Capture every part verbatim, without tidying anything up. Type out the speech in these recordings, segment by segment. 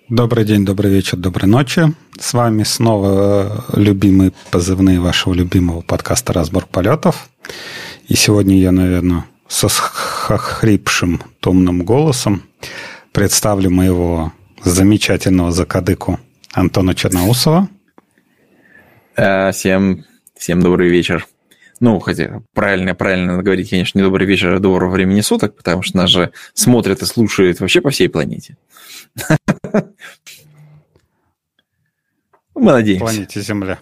Добрый день, добрый вечер, доброй ночи. С вами снова любимые позывные вашего любимого подкаста «Разбор полетов». И сегодня я, наверное, со хрипшим томным голосом представлю моего замечательного закадыку Антона Черноусова. Всем, всем добрый вечер. Ну, хотя правильно, правильно надо говорить, конечно, не добрый вечер, а доброго времени суток, потому что нас же смотрят и слушают вообще по всей планете. Мы надеемся. Планете Земля.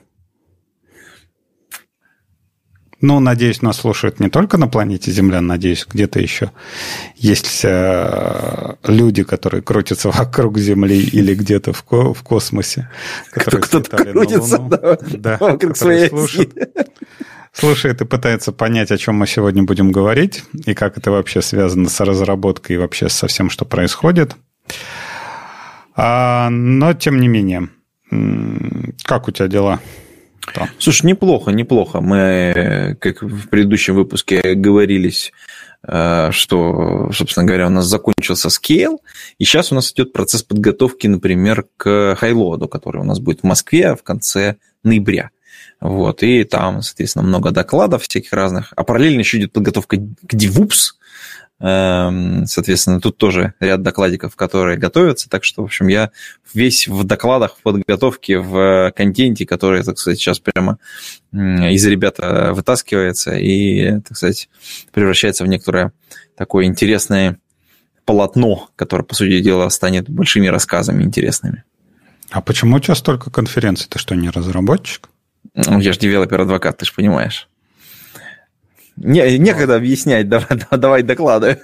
Ну, надеюсь, нас слушают не только на планете Земля, надеюсь, где-то еще есть люди, которые крутятся вокруг Земли или где-то в, ко- в космосе. Кто-то крутится да, да, вокруг своей слушает, слушает и пытается понять, о чем мы сегодня будем говорить, и как это вообще связано с разработкой и вообще со всем, что происходит. А, но, тем не менее, как у тебя дела? Там. Слушай, неплохо, неплохо. Мы, как в предыдущем выпуске говорились, что, собственно говоря, у нас закончился Scale, и сейчас у нас идет процесс подготовки, например, к Highload, который у нас будет в Москве в конце ноября. Вот, и там, соответственно, много докладов всяких разных. А параллельно еще идет подготовка к DevOps. Соответственно, тут тоже ряд докладиков, которые готовятся. Так что, в общем, я весь в докладах, в подготовке, в контенте, который, так сказать, сейчас прямо из ребят вытаскивается и, так сказать, превращается в некоторое такое интересное полотно, которое, по сути дела, станет большими рассказами интересными. А почему у тебя столько конференций? Ты что, не разработчик? Я же девелопер-адвокат, ты же понимаешь. Не, некогда объяснять, давай, давай доклады.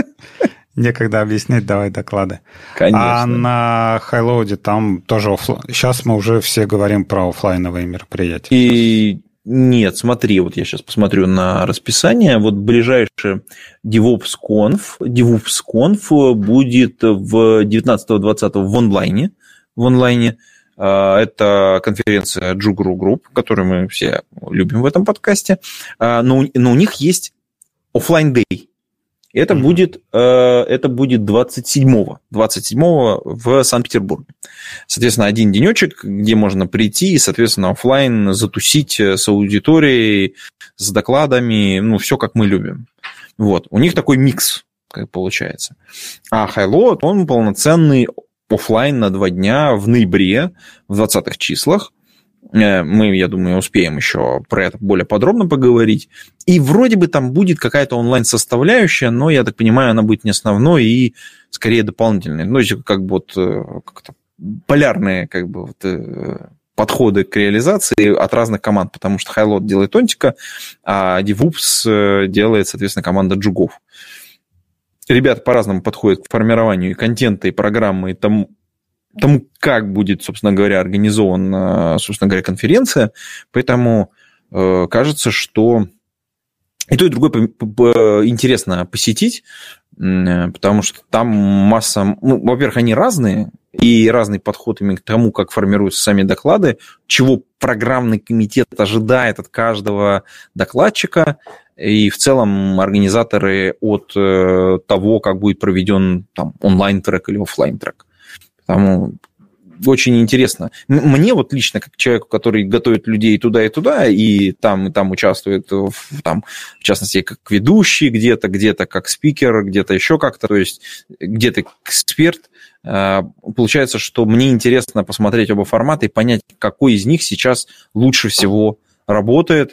Некогда объяснять, давай доклады. Конечно. А на Highload там тоже офлайн. Сейчас мы уже все говорим про офлайновые мероприятия. И нет, смотри, вот я сейчас посмотрю на расписание. Вот ближайший DevOpsConf, DevOpsConf будет в девятнадцатого-двадцатого в онлайне. В онлайне. Это конференция Джугру Групп, которую мы все любим в этом подкасте. Но, но у них есть офлайн дэй. Это, mm-hmm. будет, это будет двадцать седьмого. двадцать седьмого в Санкт-Петербурге. Соответственно, один денечек, где можно прийти и, соответственно, офлайн затусить с аудиторией, с докладами. Ну, все как мы любим. Вот. У них такой микс, как получается. А Highload, он полноценный офлайн на два дня в ноябре, в двадцатых числах. Мы, я думаю, успеем еще про это более подробно поговорить. И вроде бы там будет какая-то онлайн-составляющая, но, я так понимаю, она будет не основной и скорее дополнительной. Ну, как бы вот как-то полярные как бы, вот, подходы к реализации от разных команд, потому что Highload делает Онтика, а DevOps делает, соответственно, команда джугов. Ребята по-разному подходят к формированию и контента, и программы, и тому, тому, как будет, собственно говоря, организована, собственно говоря, конференция. Поэтому э, кажется, что и то, и другое интересно посетить, потому что там масса... Ну, во-первых, они разные, и разный подход именно к тому, как формируются сами доклады, чего программный комитет ожидает от каждого докладчика, и в целом организаторы от того, как будет проведен там, онлайн-трек или офлайн-трек. Потому очень интересно. Мне вот лично, как человеку, который готовит людей туда и туда, и там, и там участвует, в, там, в частности, как ведущий где-то, где-то как спикер, где-то еще как-то, то есть где-то эксперт, получается, что мне интересно посмотреть оба формата и понять, какой из них сейчас лучше всего работает.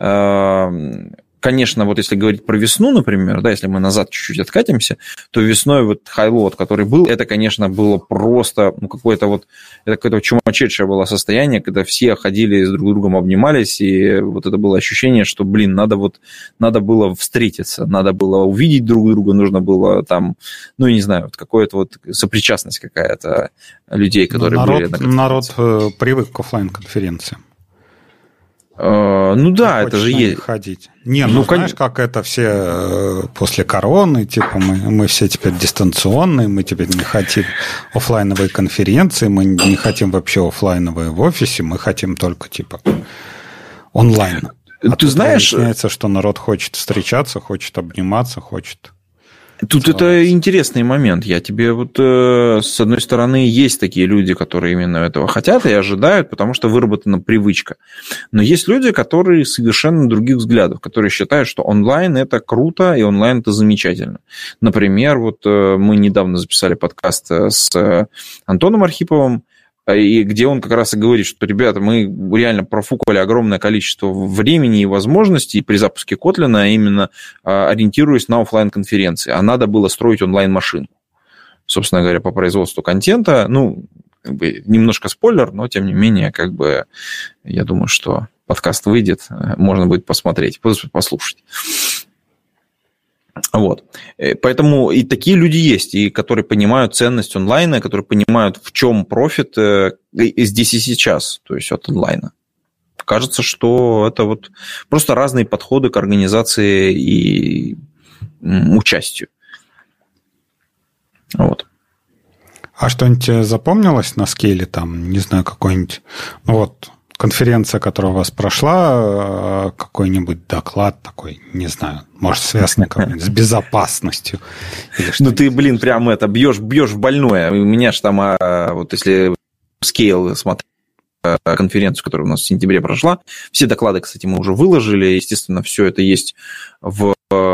Конечно, вот если говорить про весну, например, да, если мы назад чуть-чуть откатимся, то весной вот Highload, который был, это, конечно, было просто, ну, какое-то вот, это какое-то чумачечшее было состояние, когда все ходили с друг другом, обнимались, и вот это было ощущение, что, блин, надо вот, надо было встретиться, надо было увидеть друг друга, нужно было там, ну, я не знаю, вот какая-то вот сопричастность какая-то людей, которые народ, были на конференции. Народ э, привык к офлайн-конференциям. Ну да, это же есть. Ходить. Не, ну, ну знаешь, как это все после короны, типа мы, мы все теперь дистанционные, мы теперь не хотим офлайновые конференции, мы не хотим вообще офлайновые в офисе, мы хотим только типа онлайн. А ты знаешь, выясняется, что народ хочет встречаться, хочет обниматься, хочет. Тут это интересный момент. Я тебе вот, э, с одной стороны, есть такие люди, которые именно этого хотят и ожидают, потому что выработана привычка. Но есть люди, которые совершенно других взглядов, которые считают, что онлайн – это круто, и онлайн – это замечательно. Например, вот э, мы недавно записали подкаст с Антоном Архиповым, и где он как раз и говорит, что, ребята, мы реально профукали огромное количество времени и возможностей при запуске Kotlin, именно ориентируясь на офлайн-конференции, а надо было строить онлайн-машинку. Собственно говоря, по производству контента, ну, как бы немножко спойлер, но, тем не менее, как бы, я думаю, что подкаст выйдет, можно будет посмотреть, послушать. Вот. Поэтому и такие люди есть, и которые понимают ценность онлайна, которые понимают, в чем профит здесь и сейчас, то есть от онлайна. Кажется, что это вот просто разные подходы к организации и участию. Вот. А что-нибудь запомнилось на скейле, там, не знаю, какой-нибудь, ну вот, конференция, которая у вас прошла, какой-нибудь доклад такой, не знаю, может, связанный с безопасностью. Ну, ты, блин, прям это, бьешь, бьешь в больное. У меня же там, вот если Scale смотреть конференцию, которая у нас в сентябре прошла, все доклады, кстати, мы уже выложили, естественно, все это есть в,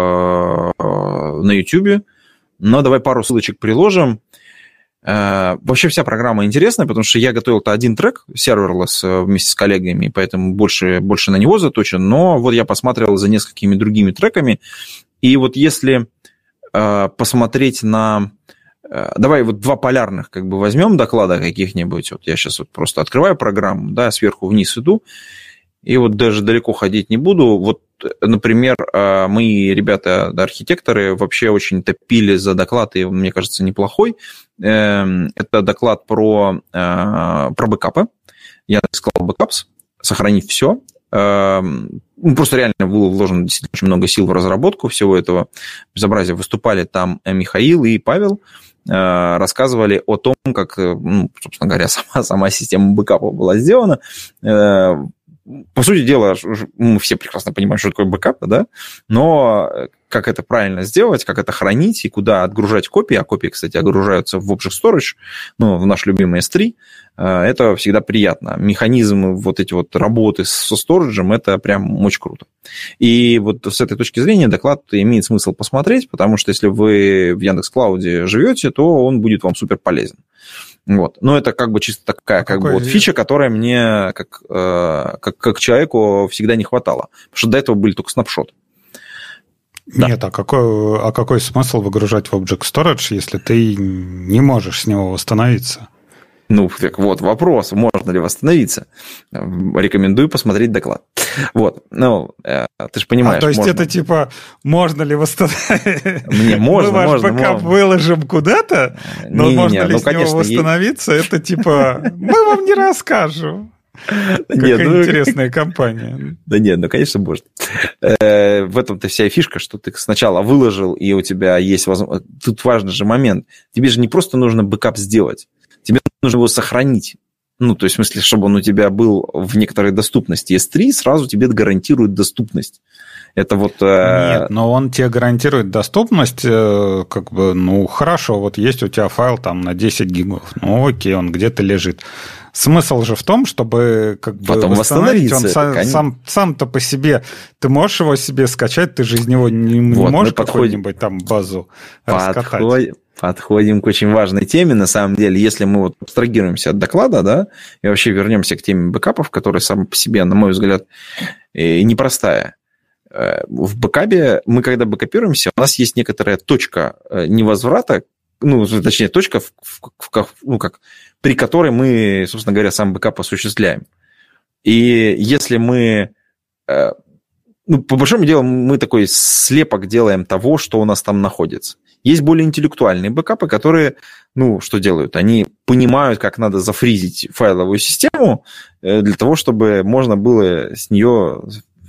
на YouTube, но давай пару ссылочек приложим. Вообще вся программа интересная, потому что я готовил-то один трек, serverless, вместе с коллегами, поэтому больше, больше на него заточен, но вот я посмотрел за несколькими другими треками, и вот если э, посмотреть на... Э, давай вот два полярных как бы возьмем доклада каких-нибудь, вот я сейчас вот просто открываю программу, да, сверху вниз иду, и вот даже далеко ходить не буду. Вот, например, мои ребята, архитекторы, вообще очень топили за доклад, и, мне кажется, неплохой. Это доклад про, про бэкапы. Я сказал бэкапс, сохранить все. Просто реально было вложено действительно очень много сил в разработку всего этого безобразия. Выступали там Михаил и Павел, рассказывали о том, как, ну, собственно говоря, сама, сама система бэкапа была сделана. По сути дела, мы все прекрасно понимаем, что такое бэкап, да, но как это правильно сделать, как это хранить и куда отгружать копии, а копии, кстати, отгружаются в Object Storage, ну, в наш любимый эс три, это всегда приятно. Механизмы вот эти вот работы со сториджем, это прям очень круто. И вот с этой точки зрения доклад имеет смысл посмотреть, потому что если вы в Яндекс.Клауде живете, то он будет вам супер полезен. Вот. Но это как бы чисто такая как бы вот фича, которая мне как, э, как, как человеку всегда не хватало. Потому что до этого были только снапшоты. Нет, да. а, какой, а какой смысл выгружать в Object Storage, если ты не можешь с него восстановиться? Ну, так вот вопрос, можно ли восстановиться. Рекомендую посмотреть доклад. Вот, ну, ты же понимаешь. А, то есть можно. это типа, можно ли восстановить? Мне можно, Мы можно. Мы ваш бэкап выложим куда-то, но не, можно не, ли ну, с конечно, него восстановиться? Есть... Это типа, мы вам не расскажем. Какая нет, ну, интересная компания. Да нет, ну, конечно, может. В этом-то вся фишка, что ты сначала выложил, и у тебя есть возможность... Тут важный же момент. Тебе же не просто нужно бэкап сделать, тебе нужно его сохранить. Ну, то есть, в смысле, чтобы он у тебя был в некоторой доступности. эс три сразу тебе гарантирует доступность. Это вот... Нет, но он тебе гарантирует доступность, как бы, ну, хорошо, вот есть у тебя файл там на десять гигов, ну, окей, он где-то лежит. Смысл же в том, чтобы как бы потом восстановить, он это, сам, сам, сам-то по себе, ты можешь его себе скачать, ты же из него не, не вот, можешь какую-нибудь там базу раскатать. Подходим, подходим к очень важной теме, на самом деле, если мы вот абстрагируемся от доклада, да, и вообще вернемся к теме бэкапов, которая сама по себе, на мой взгляд, непростая. В бэкапе, мы когда бэкапируемся, у нас есть некоторая точка невозврата, ну, точнее, точка, в, в, ну, как, при которой мы, собственно говоря, сам бэкап осуществляем. И если мы, ну, по большому делу, мы такой слепок делаем того, что у нас там находится. Есть более интеллектуальные бэкапы, которые, ну, что делают? Они понимают, как надо зафризить файловую систему для того, чтобы можно было с нее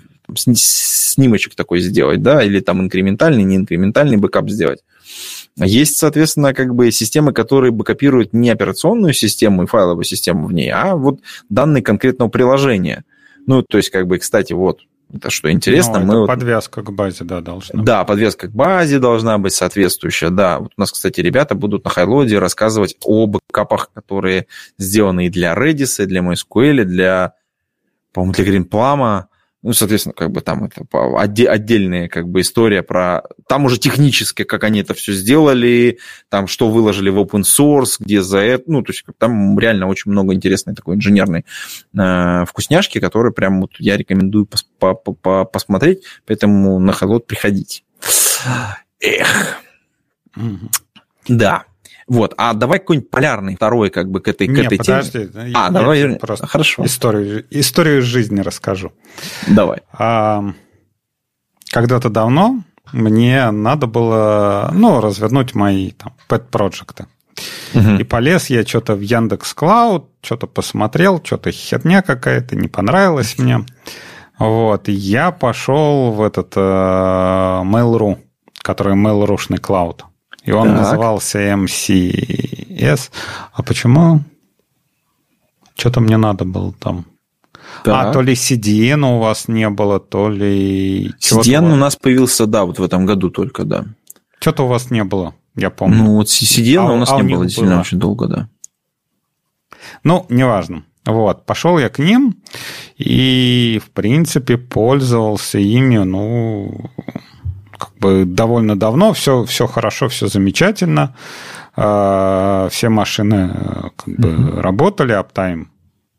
снимочек такой сделать, да, или там инкрементальный, не инкрементальный бэкап сделать. Есть, соответственно, как бы системы, которые бэкапируют не операционную систему и файловую систему в ней, а вот данные конкретного приложения. Ну, то есть, как бы, кстати, вот, Это что интересно. Ну, мы это вот... подвязка к базе, да, должна быть. Да, подвеска к базе должна быть соответствующая, да. Вот у нас, кстати, ребята будут на Хайлоде рассказывать о бэкапах, которые сделаны и для Redis, и для MySQL, и для, по-моему, для Greenplum. Ну, соответственно, как бы там это отдельная как бы история про... Там уже технически, как они это все сделали, там что выложили в open source, где за это... Ну, то есть там реально очень много интересной такой инженерной э, вкусняшки, которые прям вот я рекомендую пос- по- по- посмотреть, поэтому на Хайлод приходите. Эх. Mm-hmm. Да. Вот, а давай какой-нибудь полярный второй как бы к этой, Не, к этой подожди, теме. Я, а, давай, просто хорошо. Историю, историю жизни расскажу. Давай. А, когда-то давно мне надо было, ну, развернуть мои там pet-проджекты. Угу. И полез я что-то в Яндекс.Клауд, что-то посмотрел, что-то херня какая-то, не понравилось мне. Вот, и я пошел в этот э, Mail.ru, который Mail.ru-шный клауд. И он так. назывался эм си эс. А почему? Что-то мне надо было там. Так. А, то ли си ди эн у вас не было, то ли... си ди эн у нас появился, да, вот в этом году только, да. Что-то у вас не было, я помню. Ну, вот си ди эн а, у нас а не было действительно было. Очень долго, да. Ну, неважно. Вот, пошел я к ним и, в принципе, пользовался ими, ну... как бы довольно давно, все, все хорошо, все замечательно, все машины как бы mm-hmm. работали, аптайм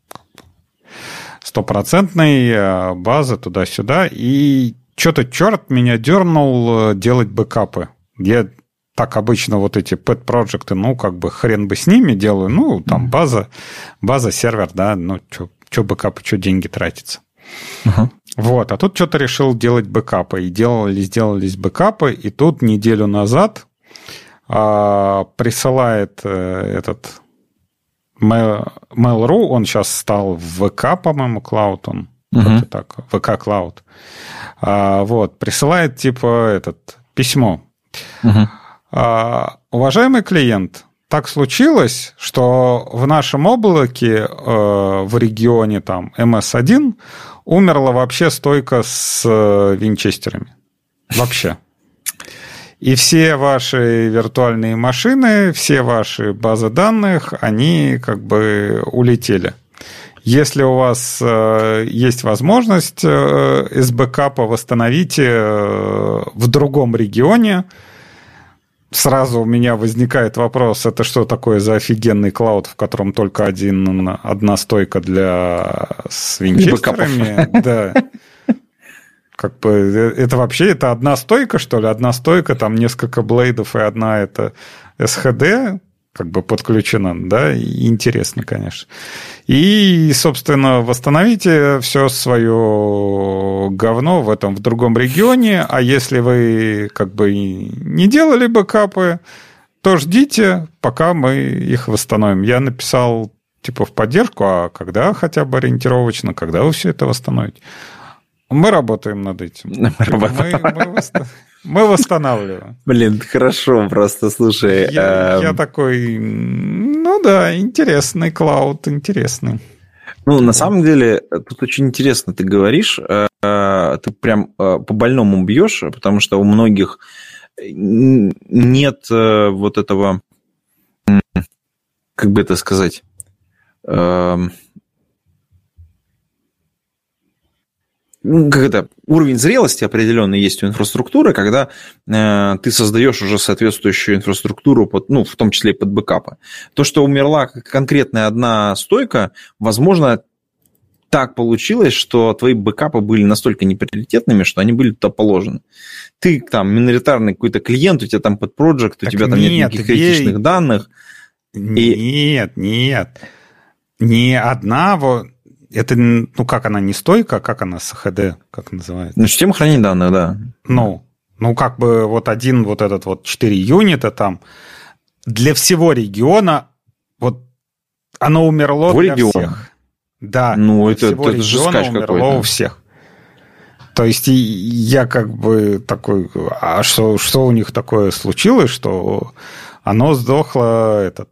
стопроцентный, база туда-сюда, и что-то черт меня дернул делать бэкапы. Я так обычно вот эти pet-проджекты, ну, как бы хрен бы с ними делаю, ну, там mm-hmm. база, база, сервер, да, ну, что бэкапы, что деньги тратятся. Uh-huh. Вот, а тут что-то решил делать бэкапы. И делались, делались бэкапы, и тут неделю назад а, присылает а, этот Mail.ru, он сейчас стал в ВК, по-моему, клауд, он uh-huh. так, ВК клауд. А, вот, присылает типа этот письмо. Uh-huh. А, уважаемый клиент, так случилось, что в нашем облаке э, в регионе там эм эс один умерла вообще стойка с э, винчестерами. Вообще. И все ваши виртуальные машины, все ваши базы данных, они как бы улетели. Если у вас э, есть возможность э, из бэкапа восстановите э, в другом регионе, сразу у меня возникает вопрос, это что такое за офигенный клауд, в котором только один, одна стойка для с винчестерами? Да. Как бы это вообще это одна стойка, что ли? Одна стойка, там несколько блейдов, и одна это эс эйч ди как бы подключена, да, и интересно, конечно. И, собственно, восстановите все свое говно в этом, в другом регионе, а если вы как бы не делали бэкапы, то ждите, пока мы их восстановим. Я написал типа в поддержку, а когда хотя бы ориентировочно, когда вы все это восстановите? Мы работаем над этим. Мы, мы, мы, мы восстанавливаем. Блин, хорошо, просто слушай. Я, э... я такой, ну да, интересный клауд, интересный. Ну, на самом деле, тут очень интересно ты говоришь, ты прям по-больному бьешь, потому что у многих нет вот этого, как бы это сказать, как это, уровень зрелости определенный есть у инфраструктуры, когда э, ты создаешь уже соответствующую инфраструктуру, под, ну, в том числе и под бэкапы. То, что умерла конкретная одна стойка, возможно, так получилось, что твои бэкапы были настолько неприоритетными, что они были туда положены. Ты там миноритарный какой-то клиент, у тебя там подпроджект, у тебя там нет, нет никаких критичных ей... данных. Нет, и... нет. Не одна вот... Это, ну, как она, не стойка, как она, эс эйч ди, как называется? Ну, система хранения данных, да. Ну, ну, как бы вот один вот этот вот четыре юнита там для всего региона, вот оно умерло Твой для регион. Всех. Да, ну, это, всего это региона умерло какой-то. У всех. То есть я как бы такой, а что, что у них такое случилось, что оно сдохло, этот...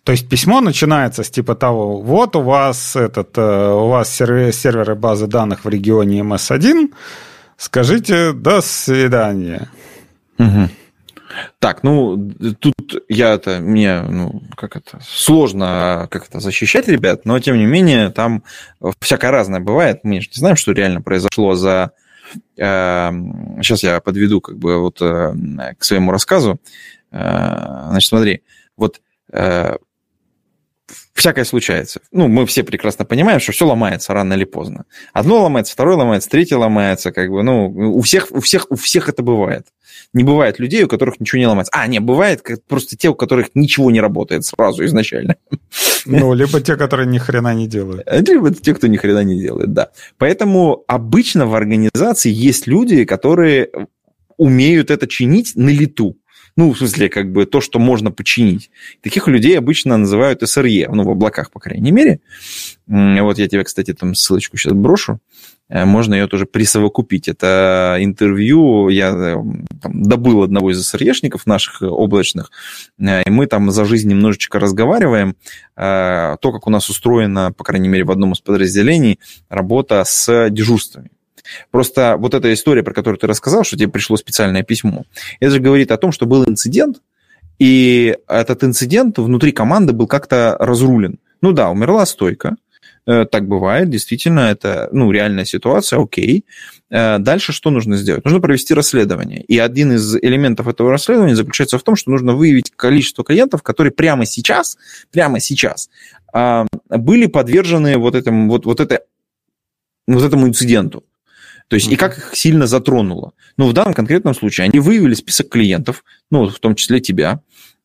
То есть письмо начинается с типа того, вот у вас, этот, у вас серверы базы данных в регионе эм эс один, скажите «до свидания». Угу. Так, ну, тут я это, мне, ну, как это, сложно как это защищать ребят, но, тем не менее, там всякое разное бывает. Мы же не знаем, что реально произошло за... Э, сейчас я подведу, как бы, вот э, к своему рассказу. Э, значит, смотри, вот э, всякое случается. Ну, мы все прекрасно понимаем, что все ломается рано или поздно. Одно ломается, второе ломается, третье ломается, как бы, ну, у всех, у всех, у всех это бывает. Не бывает людей, у которых ничего не ломается. А, не, бывает просто те, у которых ничего не работает сразу изначально. Ну, либо те, которые ни хрена не делают. Либо те, кто ни хрена не делает, да. Поэтому обычно в организации есть люди, которые умеют это чинить на лету. Ну, в смысле, как бы то, что можно починить. Таких людей обычно называют эс эр е, ну, в облаках, по крайней мере. Вот я тебе, кстати, там ссылочку сейчас брошу. Можно ее тоже присовокупить. Это интервью, я там добыл одного из эс эр ешников наших облачных, и мы там за жизнь немножечко разговариваем. То, как у нас устроена, по крайней мере, в одном из подразделений, работа с дежурствами. Просто вот эта история, про которую ты рассказал, что тебе пришло специальное письмо, это же говорит о том, что был инцидент, и этот инцидент внутри команды был как-то разрулен. Ну да, умерла стойка, так бывает, действительно, это ну, реальная ситуация, окей. Дальше что нужно сделать? Нужно провести расследование. И один из элементов этого расследования заключается в том, что нужно выявить количество клиентов, которые прямо сейчас, прямо сейчас были подвержены вот этому, вот, вот это, вот этому инциденту. То есть, mm-hmm. и как их сильно затронуло. Ну, в данном конкретном случае они выявили список клиентов, ну, в том числе тебя,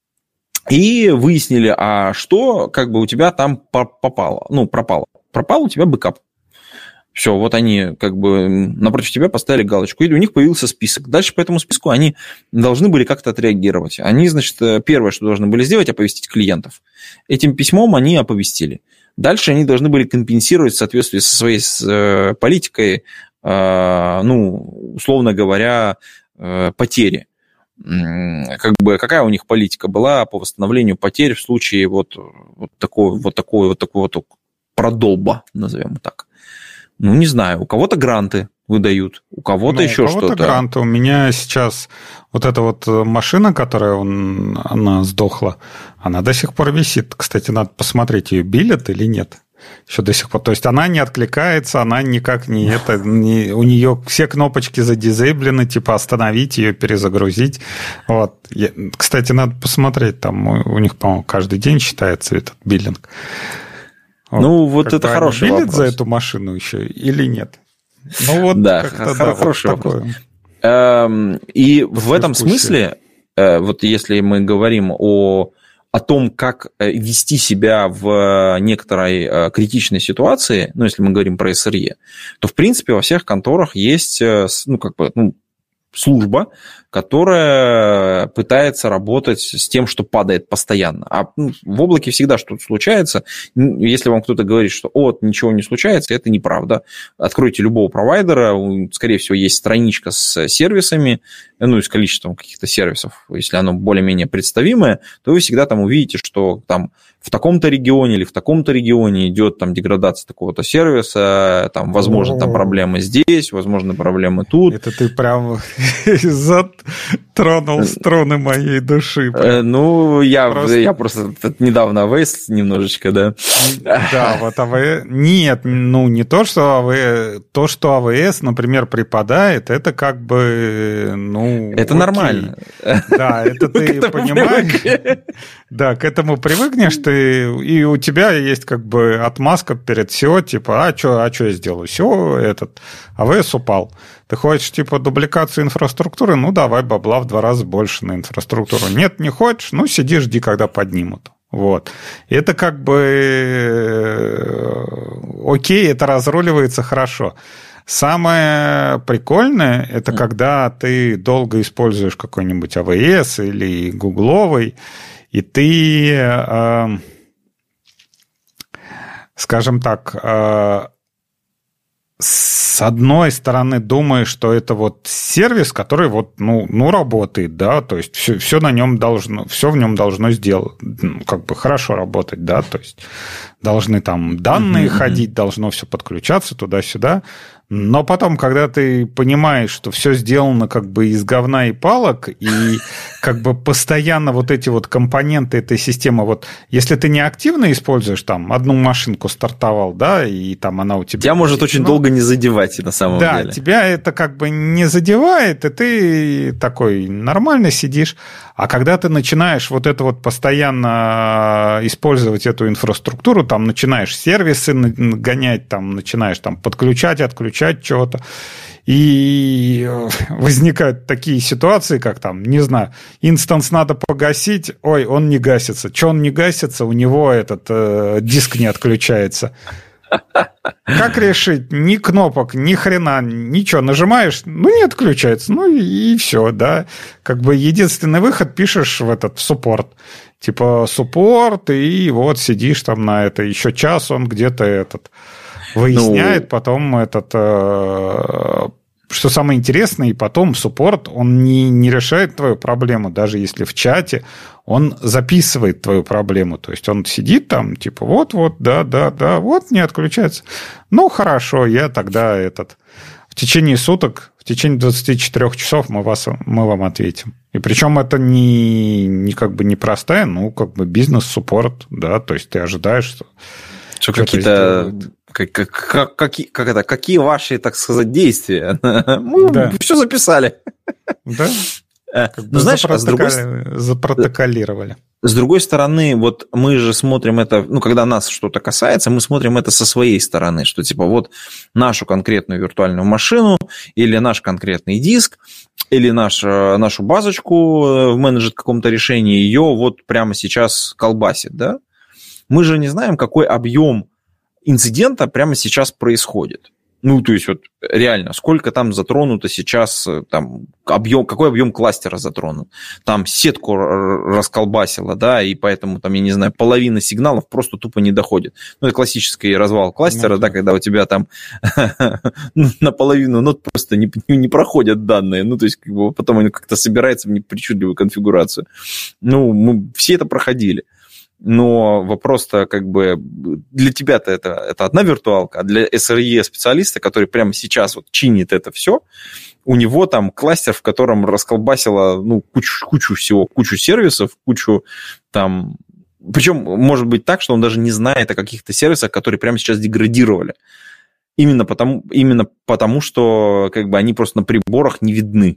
и выяснили, а что как бы у тебя там попало, ну, пропало. Пропал у тебя бэкап. Все, вот они как бы напротив тебя поставили галочку, и у них появился список. Дальше по этому списку они должны были как-то отреагировать. Они, значит, первое, что должны были сделать, оповестить клиентов. Этим письмом они оповестили. Дальше они должны были компенсировать в соответствии со своей с, политикой, ну, условно говоря, потери. Как бы, какая у них политика была по восстановлению потерь в случае вот, вот такой вот такой вот такой вот продолба, назовем так. Ну, не знаю, у кого-то гранты выдают, у кого-то ну, еще что-то. У кого-то что-то. Гранты. У меня сейчас вот эта вот машина, которая он, она сдохла, она до сих пор висит. Кстати, надо посмотреть, ее билет или нет. Еще до сих пор. То есть она не откликается, она никак не это, не, у нее все кнопочки задизейблены, типа остановить ее, перезагрузить. Вот. Я, кстати, надо посмотреть, там у, у них, по-моему, каждый день считается этот биллинг. Вот. Ну, вот как это хороший билет вопрос. За эту машину еще или нет? Ну, вот да, как-то, да, хороший вот вопрос. Такое. И в этом смысле, вот если мы говорим о о том, как вести себя в некоторой критичной ситуации, ну, если мы говорим про эс эр е, то, в принципе, во всех конторах есть, ну, как бы, ну, служба, которая пытается работать с тем, что падает постоянно. А ну, в облаке всегда что-то случается. Если вам кто-то говорит, что «от, ничего не случается», это неправда. Откройте любого провайдера, скорее всего, есть страничка с сервисами, ну и с количеством каких-то сервисов. Если оно более-менее представимое, то вы всегда там увидите, что там в таком-то регионе или в таком-то регионе идет там деградация такого-то сервиса, там, возможно, там проблемы здесь, возможно, проблемы тут. Это ты прям затронул струны моей души. Ну, я просто, я просто недавно эй ви эс немножечко, да. Да, вот эй ви эс... Нет, ну, не то, что эй ви эс... То, что эй ви эс, например, припадает, это как бы, ну... Это окей. Нормально. Да, это ты понимаешь. Да, к этому привыкнешь ты, и у тебя есть как бы отмазка перед сео, типа, а что а что я сделаю? сео этот, эй ви эс упал. Ты хочешь, типа, дубликацию инфраструктуры? Ну, давай бабла в два раза больше на инфраструктуру. Нет, не хочешь? Ну, сиди, жди, когда поднимут. Вот. И это как бы окей, это разруливается хорошо. Самое прикольное, это mm. когда ты долго используешь какой-нибудь эй ви эс или гугловый, и ты, э, скажем так, э, с одной стороны, думаешь, что это вот сервис, который вот, ну, ну работает, да, то есть все, все на нем должно, все в нем должно сделать, ну, как бы хорошо работать, да, то есть должны там данные mm-hmm. ходить, должно все подключаться туда-сюда. Но потом, когда ты понимаешь, что все сделано как бы из говна и палок, и как бы постоянно вот эти вот компоненты этой системы, вот если ты не активно используешь, там, одну машинку стартовал, да, и там она у тебя... Тебя может очень долго не задевать на самом да, деле. Да, тебя это как бы не задевает, и ты такой нормально сидишь. А когда ты начинаешь вот это вот постоянно использовать эту инфраструктуру, там начинаешь сервисы гонять, там начинаешь там подключать, отключать, чего-то. И возникают такие ситуации, как там, не знаю, инстанс надо погасить, ой, он не гасится. Че он не гасится? У него этот э, диск не отключается. Как решить? Ни кнопок, ни хрена, ничего. Нажимаешь, ну, не отключается. Ну, и, и все, да. Как бы единственный выход пишешь в этот в суппорт. Типа суппорт, и вот сидишь там на это. Еще час он где-то этот... выясняет, ну, потом этот, э, что самое интересное, и потом суппорт, он не, не решает твою проблему, даже если в чате он записывает твою проблему, то есть он сидит там, типа, вот-вот, да-да-да, вот не отключается. Ну, хорошо, я тогда этот, в течение суток, в течение двадцати четырёх часов мы, вас, мы вам ответим. И причем это не, не как бы не простая, ну, как бы бизнес-суппорт, да, то есть ты ожидаешь, что... Что какие-то... Как, как, как, какие, как это, какие ваши, так сказать, действия? Мы да. все записали. Да. Как ну, знаешь, запротоколи... с другой... запротоколировали. С другой стороны, вот мы же смотрим это, ну, когда нас что-то касается, мы смотрим это со своей стороны, что типа вот нашу конкретную виртуальную машину или наш конкретный диск, или наш, нашу базочку в менеджер каком-то решении, ее вот прямо сейчас колбасит, да? Мы же не знаем, какой объем инцидента прямо сейчас происходит. Ну, то есть, вот реально, сколько там затронуто сейчас, там, объем, какой объем кластера затронут. Там сетку расколбасило, да, и поэтому, там, я не знаю, половина сигналов просто тупо не доходит. Ну, это классический развал кластера, ну, да, когда у тебя там наполовину нот просто не, не проходят данные. Ну, то есть, как бы, потом они как-то собираются в непричудливую конфигурацию. Ну, мы все это проходили. Но вопрос-то как бы для тебя-то это, это одна виртуалка, а для эс эр и-специалиста, который прямо сейчас вот чинит это все, у него там кластер, в котором расколбасило ну, кучу, кучу всего, кучу сервисов, кучу там... Причем может быть так, что он даже не знает о каких-то сервисах, которые прямо сейчас деградировали. Именно потому, именно потому что как бы, они просто на приборах не видны.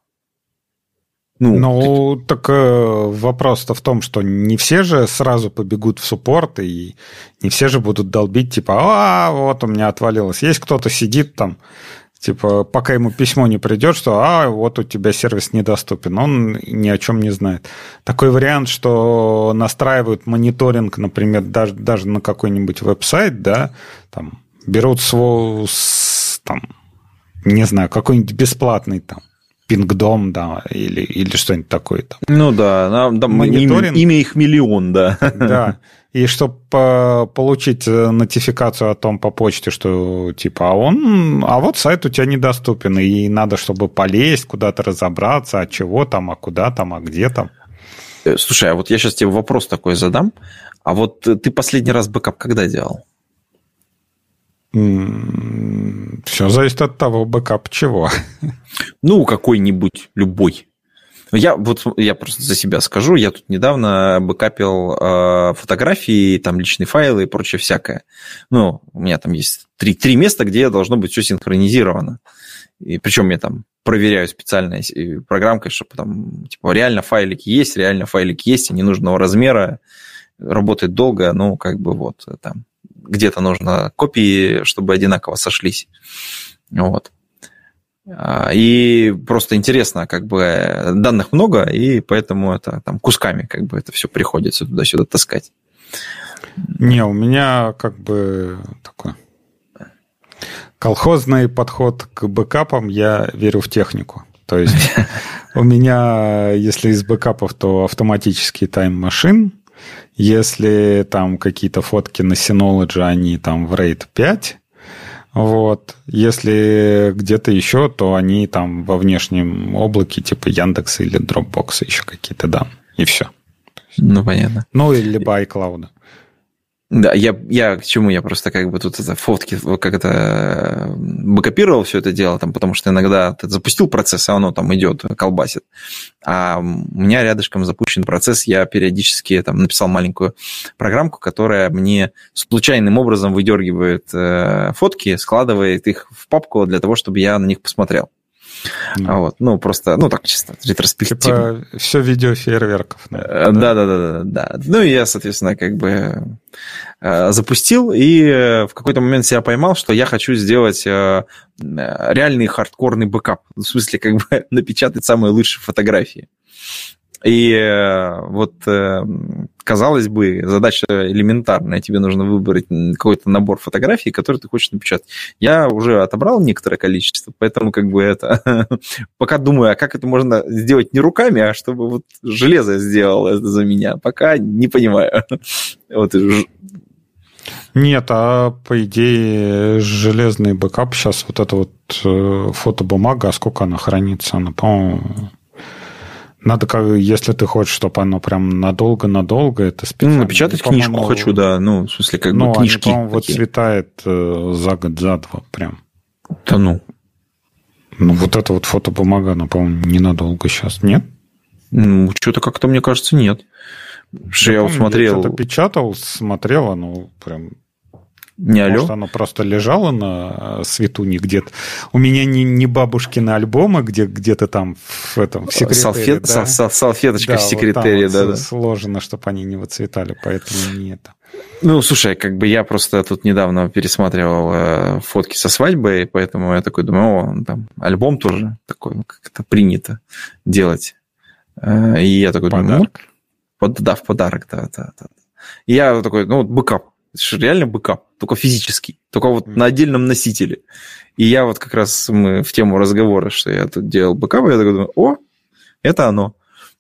Ну, ну ты... так э, вопрос-то в том, что не все же сразу побегут в суппорт, и не все же будут долбить, типа, а, вот у меня отвалилось. Есть кто-то сидит там, типа, пока ему письмо не придет, что, а, вот у тебя сервис недоступен, он ни о чем не знает. Такой вариант, что настраивают мониторинг, например, даже, даже на какой-нибудь веб-сайт, да, там, берут свой, там, не знаю, какой-нибудь бесплатный там, Пингдом, да, или, или что-нибудь такое там. Ну да, да мониторинг. Имя, имя их миллион, да. Да, и чтобы получить нотификацию о том по почте, что типа, а он, а вот сайт у тебя недоступен, и надо, чтобы полезть, куда-то разобраться, а чего там, а куда там, а где там. Слушай, а вот я сейчас тебе вопрос такой задам. А вот ты последний раз бэкап когда делал? Все зависит от того, бэкап чего. Ну, какой-нибудь, любой. Я вот я просто за себя скажу. Я тут недавно бэкапил э, фотографии, там личные файлы и прочее всякое. Ну, у меня там есть три, три места, где должно быть все синхронизировано. И причем я там проверяю специальной программкой, чтобы там типа реально файлики есть, реально файлики есть, и ненужного размера, работает долго, ну, как бы вот там. Где-то нужно копии, чтобы одинаково сошлись. Вот. И просто интересно, как бы данных много, и поэтому это там кусками как бы это все приходится туда-сюда таскать. Не, у меня как бы такой колхозный подход к бэкапам, я верю в технику. То есть у меня, если из бэкапов, то автоматический тайм-машин. Если там какие-то фотки на Synology, они там в RAID пять, Вот. Если где-то еще, то они там во внешнем облаке, типа Яндекса или Dropbox, еще какие-то данные. И все. Ну, понятно. Ну, или либо iCloud. Да, я, я к чему? Я просто как бы тут это, фотки, как это, бэкапировал все это дело, там, потому что иногда ты запустил процесс, а оно там идет, колбасит. А у меня рядышком запущен процесс, я периодически там написал маленькую программку, которая мне случайным образом выдергивает э, фотки, складывает их в папку для того, чтобы я на них посмотрел. Mm. А вот, ну, просто, ну, так чисто, ретроспективно. Типа все видео фейерверков. Да, да, да, да, да. Ну, и я, соответственно, как бы запустил, и в какой-то момент себя поймал, что я хочу сделать реальный хардкорный бэкап. В смысле, как бы напечатать самые лучшие фотографии. И вот, казалось бы, задача элементарная. Тебе нужно выбрать какой-то набор фотографий, которые ты хочешь напечатать. Я уже отобрал некоторое количество, поэтому как бы это... Пока думаю, а как это можно сделать не руками, а чтобы вот железо сделало это за меня. Пока не понимаю. Вот. Нет, а по идее железный бэкап сейчас вот эта вот фотобумага, а сколько она хранится? Она, по-моему... Надо, если ты хочешь, чтобы оно прям надолго-надолго, это специально. Ну, напечатать книжку хочу, да. Ну, в смысле, как ну, бы книжки. Ну, по-моему, вот цветает за год, за два прям. Да ну. Ну, вот эта вот фотобумага, она, по-моему, ненадолго сейчас, нет? Ну, что-то как-то, мне кажется, нет. Что я, я вот смотрел... Я что-то печатал, смотрел, оно прям... Не алло? Может, оно просто лежало на свету не где-то. У меня не, не бабушкины альбомы, где, где-то там в этом в секретаре. Салфет, да? сал, салфеточка да, в секретаре, вот да, вот да. Сложено, чтобы они не выцветали, поэтому не это. Ну, слушай, как бы я просто тут недавно пересматривал э, фотки со свадьбой, поэтому я такой думаю, о, там альбом тоже такой, как это принято делать. Э, и я такой подарок. думаю, ну, под, да, в подарок, да, да, да. И я такой, ну, вот бэкап. Это же реально бэкап, только физический, только вот mm. на отдельном носителе. И я вот как раз мы в тему разговора, что я тут делал бэкап, я такой думаю, о, это оно.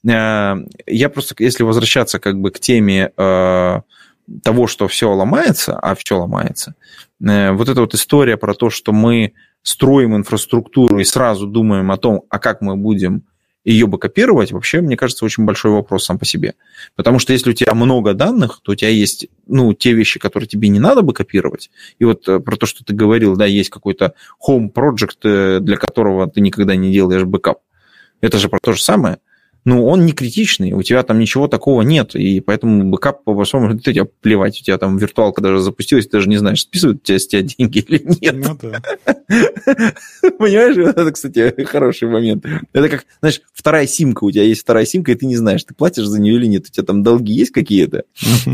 Я просто, если возвращаться как бы к теме того, что все ломается, а все ломается, вот эта вот история про то, что мы строим инфраструктуру и сразу думаем о том, а как мы будем ее бэкапировать, вообще, мне кажется, очень большой вопрос сам по себе. Потому что если у тебя много данных, то у тебя есть, ну, те вещи, которые тебе не надо бэкапировать. И вот про то, что ты говорил, да, есть какой-то home project, для которого ты никогда не делаешь бэкап. Это же про то же самое. Ну, он не критичный, у тебя там ничего такого нет, и поэтому бэкап, по большому счету, тебе плевать, у тебя там виртуалка даже запустилась, ты даже не знаешь, списывают тебя с тебя деньги или нет. Ну, да. Понимаешь, это, кстати, хороший момент. Это как, знаешь, вторая симка, у тебя есть вторая симка, и ты не знаешь, ты платишь за нее или нет, у тебя там долги есть какие-то?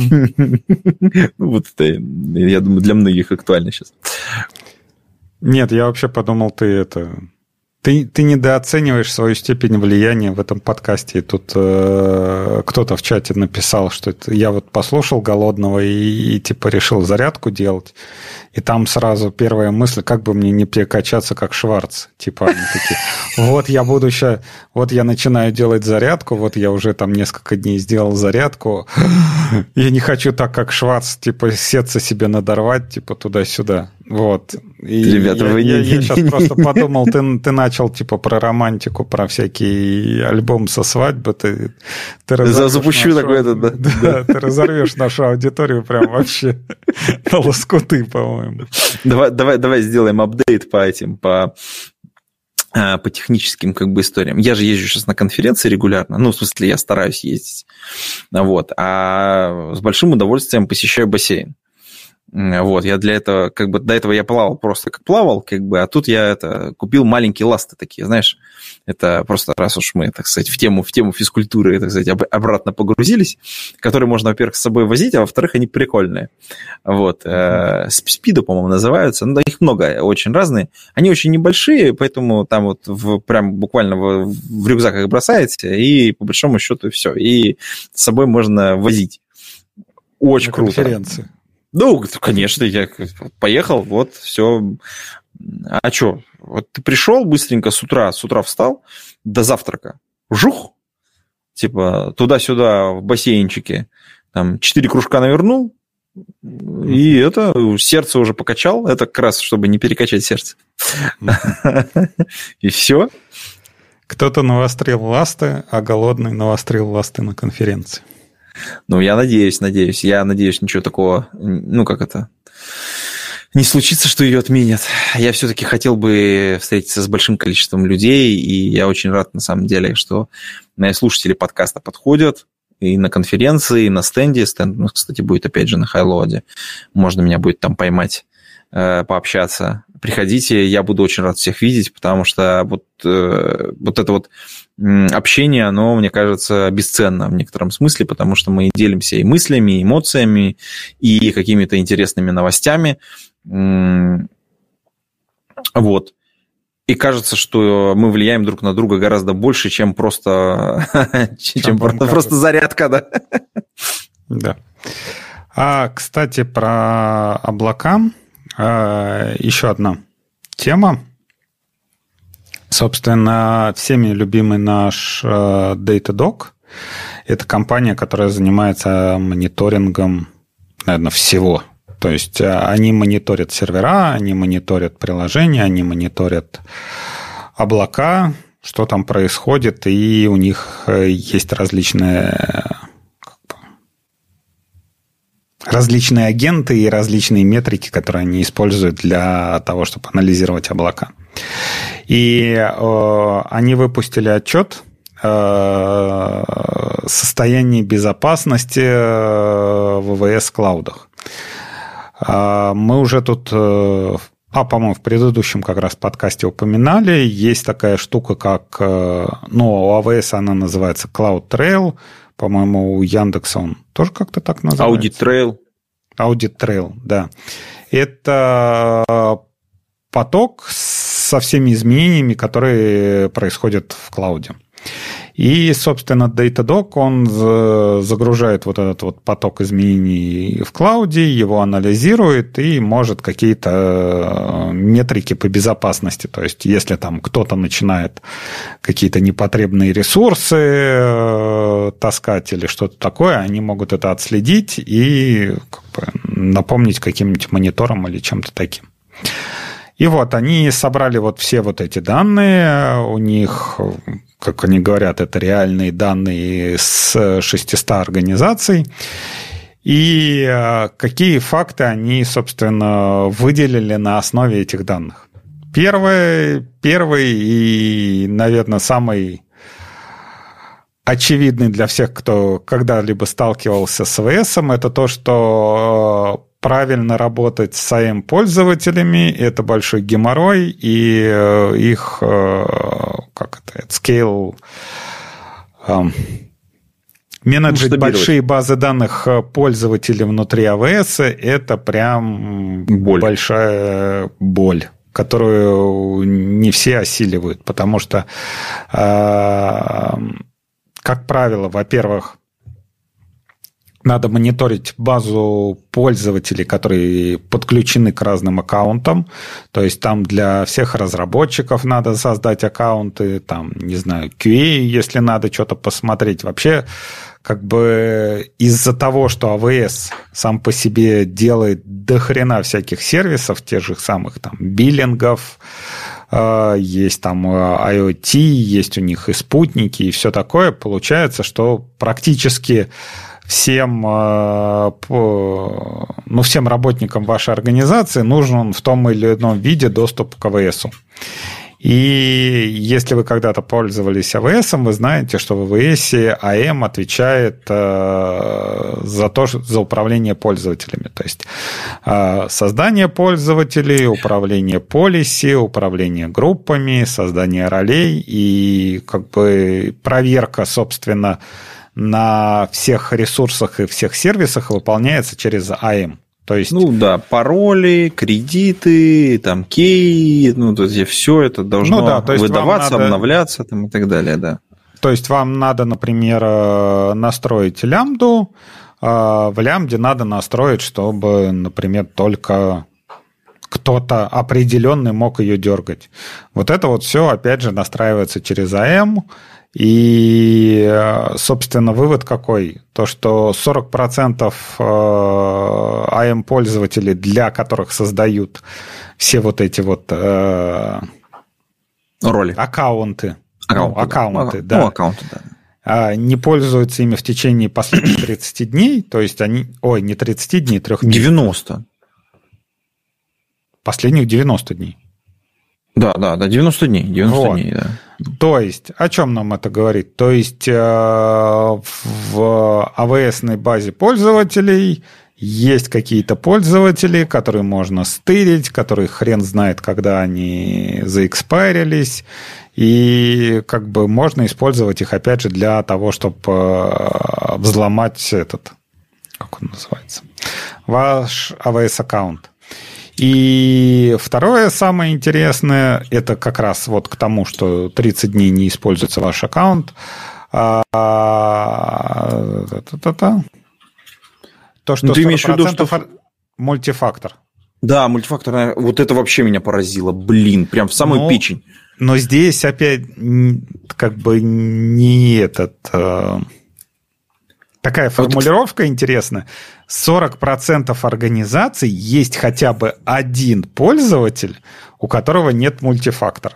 Вот это, я думаю, для многих актуально сейчас. Нет, я вообще подумал, ты это... Ты, ты недооцениваешь свою степень влияния в этом подкасте. И тут э, кто-то в чате написал, что это, я вот послушал Голодного и, и типа решил зарядку делать. И там сразу первая мысль, как бы мне не перекачаться, как Шварц. Типа они такие, вот я буду сейчас, вот я начинаю делать зарядку, вот я уже там несколько дней сделал зарядку. Я не хочу так, как Шварц, типа сеться себе надорвать, типа туда-сюда. Вот. И ребята, я, вы я, не... я сейчас просто подумал, ты, ты начал типа про романтику, про всякий альбом со свадьбы, ты, ты разорвешь запущу нашу, такой этот, да. Да, да, ты разорвешь нашу аудиторию прям вообще на лоскуты, по-моему. Давай, давай, давай сделаем апдейт по этим, по... по техническим как бы историям. Я же езжу сейчас на конференции регулярно, ну, в смысле, я стараюсь ездить, вот, а с большим удовольствием посещаю бассейн. Вот, я для этого, как бы, до этого я плавал просто как плавал, как бы, а тут я это, купил маленькие ласты такие, знаешь, это просто раз уж мы, так сказать, в тему, в тему физкультуры, так сказать, обратно погрузились, которые можно, во-первых, с собой возить, а во-вторых, они прикольные. Вот, спиды, по-моему, называются, ну, их много, очень разные, они очень небольшие, поэтому там вот в, прям буквально в, в рюкзак их бросаете, и по большому счету все, и с собой можно возить. Очень на круто. Конференции. Ну, конечно, я поехал, вот, все. А что? Вот ты пришел быстренько с утра, с утра встал, до завтрака, жух, типа туда-сюда в бассейнчике, там, четыре кружка навернул, И это сердце уже покачал. Это как раз, чтобы не перекачать сердце. И все. Кто-то навострил ласты, а голодный навострил ласты на конференции. Ну, я надеюсь, надеюсь. Я надеюсь, ничего такого, ну, как это, не случится, что ее отменят. Я все-таки хотел бы встретиться с большим количеством людей, и я очень рад, на самом деле, что слушатели подкаста подходят и на конференции, и на стенде. Стенд, ну, кстати, будет, опять же, на Хайлоаде. Можно меня будет там поймать, пообщаться. Приходите, я буду очень рад всех видеть, потому что вот, вот это вот общение, оно, мне кажется, бесценно в некотором смысле, потому что мы делимся и мыслями, и эмоциями, и какими-то интересными новостями. Вот. И кажется, что мы влияем друг на друга гораздо больше, чем просто, чем чем просто, просто зарядка. Да. Да. А, кстати, про облака. Еще одна тема. Собственно, всеми любимый наш Datadog. Это компания, которая занимается мониторингом, наверное, всего. То есть они мониторят сервера, они мониторят приложения, они мониторят облака, что там происходит, и у них есть различные... различные агенты и различные метрики, которые они используют для того, чтобы анализировать облака. И э, они выпустили отчет о состоянии безопасности в эй ви эс-клаудах. Мы уже тут, а, по-моему, в предыдущем как раз подкасте упоминали, есть такая штука, как, ну, у эй ви эс она называется CloudTrail, по-моему, у Яндекса он тоже как-то так называется. Audit Trail. Audit Trail, да. Это поток со всеми изменениями, которые происходят в клауде. И, собственно, Datadog, он загружает вот этот вот поток изменений в клауде, его анализирует и может какие-то метрики по безопасности. То есть, если там кто-то начинает какие-то непотребные ресурсы таскать или что-то такое, они могут это отследить и как бы напомнить каким-нибудь монитором или чем-то таким. И вот они собрали вот все вот эти данные, у них, как они говорят, это реальные данные с шестисот организаций. И какие факты они, собственно, выделили на основе этих данных? Первый, первый и, наверное, самый очевидный для всех, кто когда-либо сталкивался с эй ви эс, это то, что правильно работать с эй эм пользователями – это большой геморрой, и их, как это, scale, менеджить большие базы данных пользователей внутри эй ви эс – это прям боль. Большая боль, которую не все осиливают, потому что, как правило, во-первых, надо мониторить базу пользователей, которые подключены к разным аккаунтам. То есть там для всех разработчиков надо создать аккаунты, там, не знаю, кью эй, если надо что-то посмотреть. Вообще, как бы из-за того, что эй ви эс сам по себе делает дохрена всяких сервисов, тех же самых там биллингов, есть там IoT, есть у них и спутники, и все такое, получается, что практически всем, ну, всем работникам вашей организации нужен в том или ином виде доступ к эй ви эс. И если вы когда-то пользовались эй ви эс, вы знаете, что в эй ви эс эй эм отвечает за то, за управление пользователями. То есть создание пользователей, управление полиси, управление группами, создание ролей и как бы проверка, собственно, на всех ресурсах и всех сервисах выполняется через эй эм. То есть... Ну да, пароли, кредиты, там кей, ну то есть все это должно ну, да, то есть выдаваться, надо... обновляться там, и так далее, да. То есть вам надо, например, настроить лямбду, в лямбде надо настроить, чтобы, например, только кто-то определенный мог ее дергать. Вот это вот все, опять же, настраивается через эй эм. И, собственно, вывод какой? То, что сорок процентов эй эй эм-пользователи, для которых создают все вот эти вот э, роли. Аккаунты. Аккаунты, ну, аккаунты, да. да. Ну, аккаунты, да. Не пользуются ими в течение последних тридцати дней, то есть они... Ой, не тридцати дней, трех месяцев. девяносто. Последних девяносто дней. Да, да, да, девяносто дней. девяносто вот. дней, да. То есть, о чем нам это говорит? То есть, в эй ви эс-ной базе пользователей есть какие-то пользователи, которые можно стырить, которые хрен знает, когда они заэкспайрились, и как бы можно использовать их, опять же, для того, чтобы взломать этот, как он называется, ваш эй ви эс-аккаунт. И второе, самое интересное, это как раз вот к тому, что тридцать дней не используется ваш аккаунт. То, что ты имеешь в виду, что... мультифактор. Да, мультифакторная, вот это вообще меня поразило, блин, прям в самую но, печень. Но здесь опять как бы не этот... Такая формулировка вот... интересная. сорок процентов организаций есть хотя бы один пользователь, у которого нет мультифактора.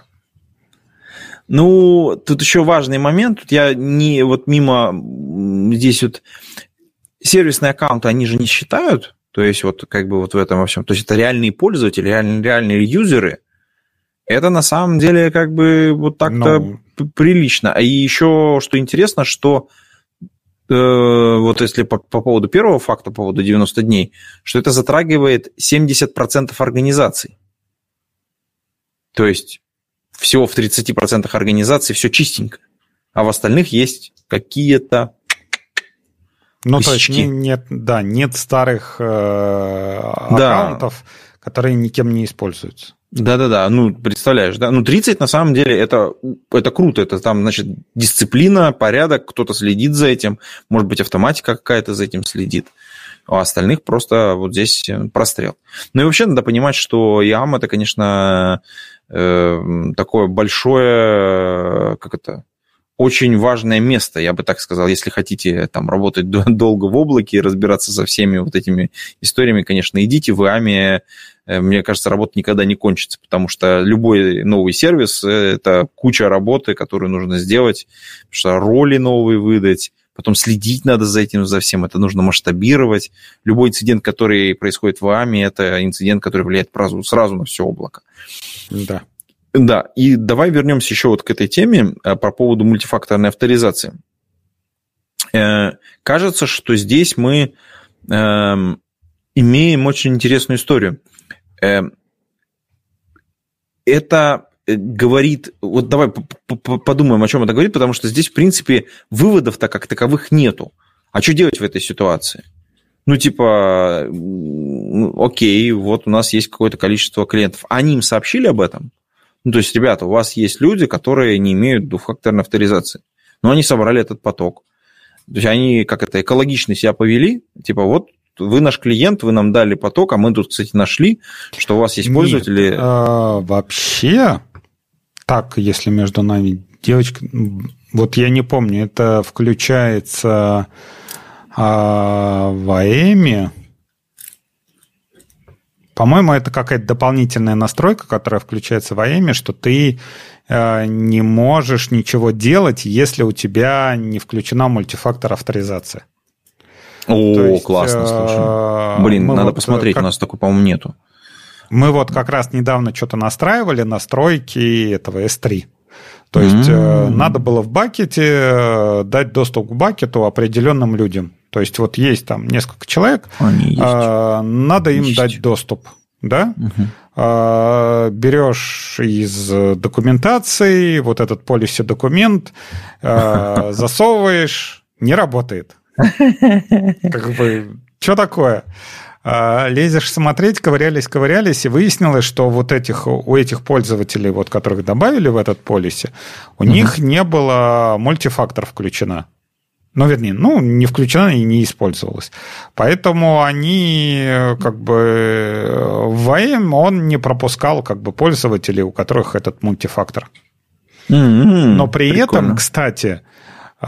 Ну, тут еще важный момент. Тут я не вот мимо здесь вот сервисные аккаунты, они же не считают. То есть вот как бы вот в этом во всем. То есть это реальные пользователи, реальные, реальные юзеры. Это на самом деле как бы вот так-то ну... прилично. А еще что интересно, что вот если по, по поводу первого факта, по поводу девяноста дней, что это затрагивает семьдесят процентов организаций. То есть всего в тридцати процентах организаций все чистенько, а в остальных есть какие-то ну, косячки. То есть нет, да, нет старых э, аккаунтов, да. которые никем не используются. Да-да-да, ну, представляешь, да? Ну, тридцать, на самом деле, это, это круто. Это там, значит, дисциплина, порядок, кто-то следит за этим. Может быть, автоматика какая-то за этим следит. А остальных просто вот здесь прострел. Ну, и вообще надо понимать, что и эй эй эм – это, конечно, э, такое большое, как это, очень важное место, я бы так сказал. Если хотите там работать долго в облаке и разбираться со всеми вот этими историями, конечно, идите в эй эй эм. Мне кажется, работа никогда не кончится, потому что любой новый сервис – это куча работы, которую нужно сделать, потому что роли новые выдать, потом следить надо за этим, за всем, это нужно масштабировать. Любой инцидент, который происходит в эй эй эм, это инцидент, который влияет сразу, сразу на все облако. Да. Да, и давай вернемся еще вот к этой теме по поводу мультифакторной авторизации. Кажется, что здесь мы имеем очень интересную историю. Это говорит... Вот давай подумаем, о чем это говорит, потому что здесь, в принципе, выводов-то как таковых нету. А что делать в этой ситуации? Ну, типа, окей, вот у нас есть какое-то количество клиентов. Они им сообщили об этом? Ну, то есть, ребята, у вас есть люди, которые не имеют двухфакторной авторизации. Но они собрали этот поток. То есть, они, как это, экологично себя повели. Типа, вот, вы наш клиент, вы нам дали поток, а мы тут, кстати, нашли, что у вас есть пользователи... Нет, а, вообще, так, если между нами девочка... Вот я не помню, это включается а, в эй эм. По-моему, это какая-то дополнительная настройка, которая включается в эй эм, что ты а, не можешь ничего делать, если у тебя не включена мультифактор авторизация. О, есть, классно, слушай. Блин, надо вот посмотреть, как... у нас такой, по-моему, нету. Мы вот как раз недавно что-то настраивали, настройки этого эс три. То есть mm-hmm. надо было в бакете дать доступ к бакету определенным людям. То есть вот есть там несколько человек, надо им есть. дать доступ. Да? Mm-hmm. Берешь из документации вот этот policy документ, засовываешь, не работает. Как бы, что такое? Лезешь смотреть, ковырялись, ковырялись, и выяснилось, что вот этих, у этих пользователей, вот, которых добавили в этот полиси, у uh-huh. них не было мультифактор включена. Ну, вернее, ну, не включена и не использовалась. Поэтому они, как бы, в эй эм он не пропускал, как бы, пользователей, у которых этот мультифактор. Mm-hmm. Но при Прикольно. этом, кстати,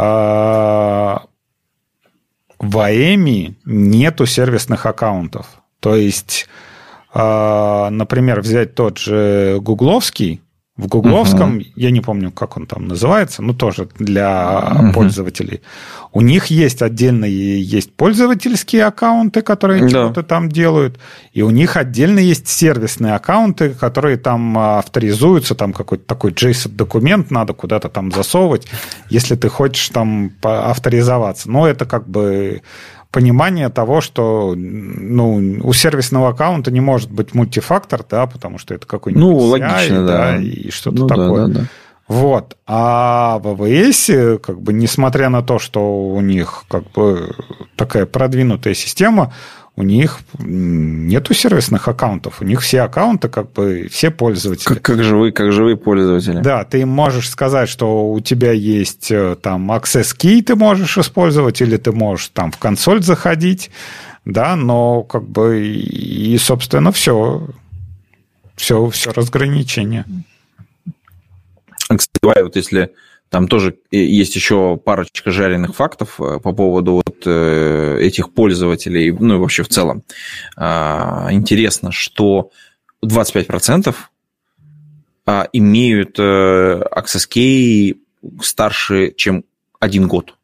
в эй эм нету сервисных аккаунтов. То есть, например, взять тот же гугловский. В гугловском, uh-huh. я не помню, как он там называется, но тоже для uh-huh. пользователей. У них есть отдельные есть пользовательские аккаунты, которые да. что-то там делают, и у них отдельно есть сервисные аккаунты, которые там авторизуются, там какой-то такой JSON-документ надо куда-то там засовывать, если ты хочешь там авторизоваться. Но это как бы понимание того, что ну, у сервисного аккаунта не может быть мультифактор, да, потому что это какой-нибудь ну, си ай, логично, да, да. и что-то ну, такое. Да, да, да. Вот. А в эй ви эс, как бы, несмотря на то, что у них как бы такая продвинутая система, у них нету сервисных аккаунтов. У них все аккаунты, как бы, все пользователи. Как, как, живые, как живые пользователи. Да, ты можешь сказать, что у тебя есть там access key, ты можешь использовать, или ты можешь там в консоль заходить, да, но как бы и, собственно, все, все, все разграничение. Кстати, давай, вот если там тоже есть еще парочка жареных фактов по поводу вот этих пользователей, ну и вообще в целом. Интересно, что двадцать пять процентов имеют access key старше, чем один год.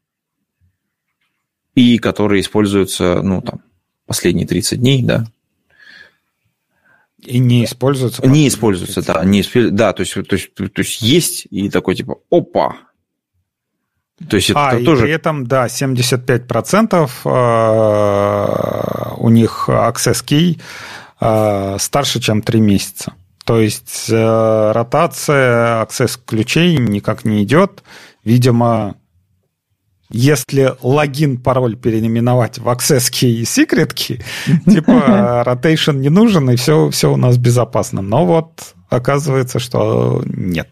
И которые используются, ну, там, последние тридцать дней, да. И не используются? Не используются, да. Не используются, да, то есть, то, есть, то есть есть и такой типа опа. То есть это а, и тоже... при этом, да, семьдесят пять процентов у них access key старше, чем три месяца. То есть ротация access ключей никак не идет. Видимо, если логин, пароль переименовать в access key и secret key, типа rotation не нужен, и все, все у нас безопасно. Но вот оказывается, что нет.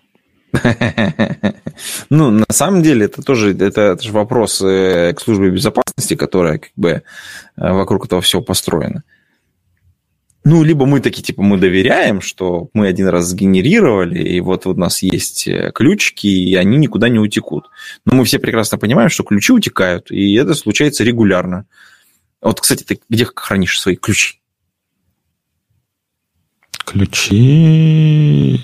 Ну, на самом деле, это тоже это, это же вопрос к службе безопасности, которая как бы вокруг этого всего построена. Ну, либо мы такие, типа, мы доверяем, что мы один раз сгенерировали, и вот у нас есть ключики, и они никуда не утекут. Но мы все прекрасно понимаем, что ключи утекают, и это случается регулярно. Вот, кстати, ты где хранишь свои ключи? Ключи...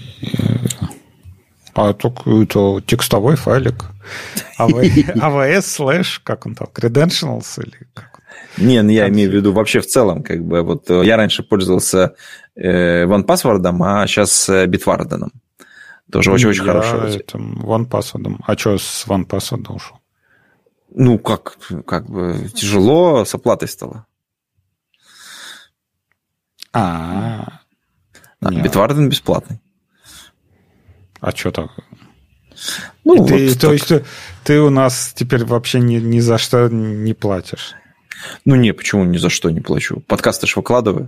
А только это текстовой файлик. эй ви эс слэш, как он там, credentials или как он? Не, ну я имею в виду вообще в целом, как бы, вот я раньше пользовался э, OnePassword, а сейчас Bitwarden. Тоже очень-очень хороший. OnePassword. А что с OnePassword ушел? Ну, как, как бы тяжело, с оплатой стало. А, а Bitwarden бесплатный. А что так? Ну, ты, вот то так. есть ты, ты у нас теперь вообще ни, ни за что не платишь? Ну, не, почему ни за что не плачу? Подкасты ж выкладываю.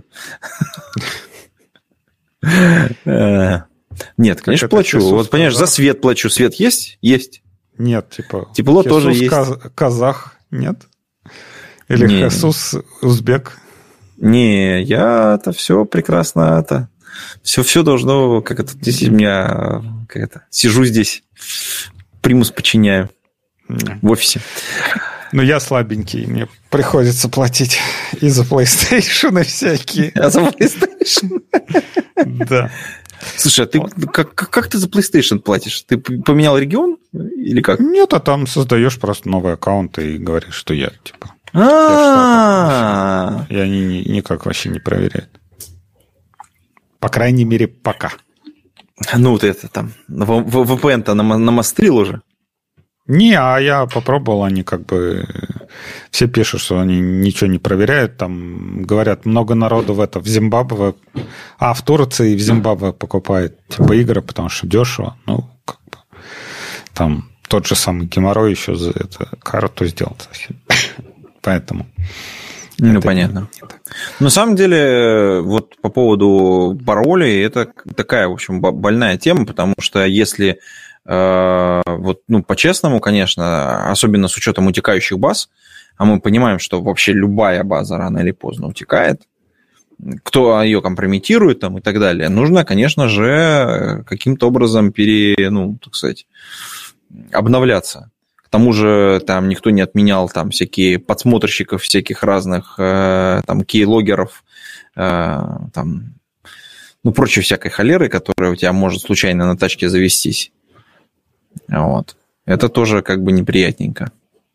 Нет, конечно, плачу. Вот, понимаешь, за свет плачу. Свет есть? Есть. Нет, типа... Тепло тоже есть. Казах нет? Или Хесус узбек? Не, я это все прекрасно... это Все, все должно, как это, здесь у меня, как это, сижу здесь, примус подчиняю в офисе. Ну, я слабенький, мне приходится платить и за PlayStation, и всякие. А за PlayStation? Да. Слушай, а ты как, как ты за PlayStation платишь? Ты поменял регион или как? Нет, а там создаешь просто новый аккаунт и говоришь, что я, типа. А-а-а. И они никак вообще не проверяют. По крайней мере, пока. Ну, вот это там, ви пи эн-то намастрил уже? Не, а я попробовал, они как бы... Все пишут, что они ничего не проверяют. Там, говорят, много народу в это, в Зимбабве... А, в Турции и в Зимбабве покупает типа игры, потому что дешево. Ну, как бы... Там тот же самый геморрой еще за это карту сделать. Поэтому... Ну, понятно. На самом деле, вот по поводу паролей, это такая, в общем, больная тема, потому что если, э, вот, ну, по-честному, конечно, особенно с учетом утекающих баз, а мы понимаем, что вообще любая база рано или поздно утекает, кто ее компрометирует там, и так далее, нужно, конечно же, каким-то образом пере, ну, так сказать, обновляться. К тому же там никто не отменял там всякие подсмотрщиков всяких разных, э, там, кейлогеров, э, там, ну, прочей всякой холеры, которая у тебя может случайно на тачке завестись. Вот. Это тоже как бы неприятненько.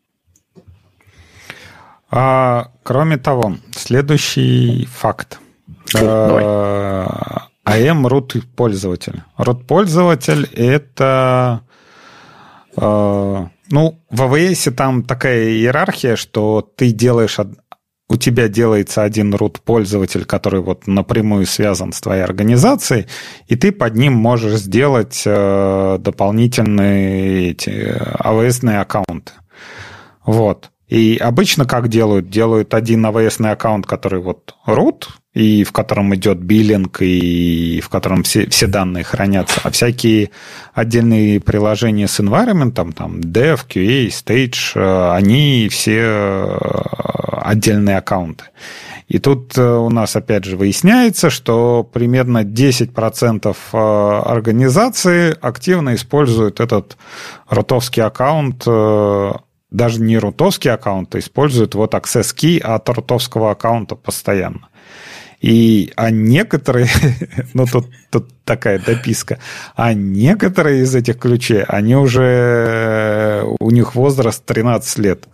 А, кроме того, следующий факт. Давай. эй эм root пользователь. Root пользователь это... Ну, в эй ви эс там такая иерархия, что ты делаешь... У тебя делается один root пользователь, который вот напрямую связан с твоей организацией, и ты под ним можешь сделать дополнительные эти эй ви эс-ные аккаунты. Вот. И обычно как делают? Делают один эй ви эс-ный аккаунт, который вот root, и в котором идет биллинг, и в котором все, все данные хранятся, а всякие отдельные приложения с environment, там dev, кью эй, stage, они все отдельные аккаунты. И тут у нас опять же выясняется, что примерно десять процентов организации активно используют этот рутовский аккаунт, даже не рутовский аккаунт, а используют вот access key от рутовского аккаунта постоянно. И, а некоторые, ну тут, тут такая дописка, а некоторые из этих ключей, они уже, у них возраст тринадцать лет.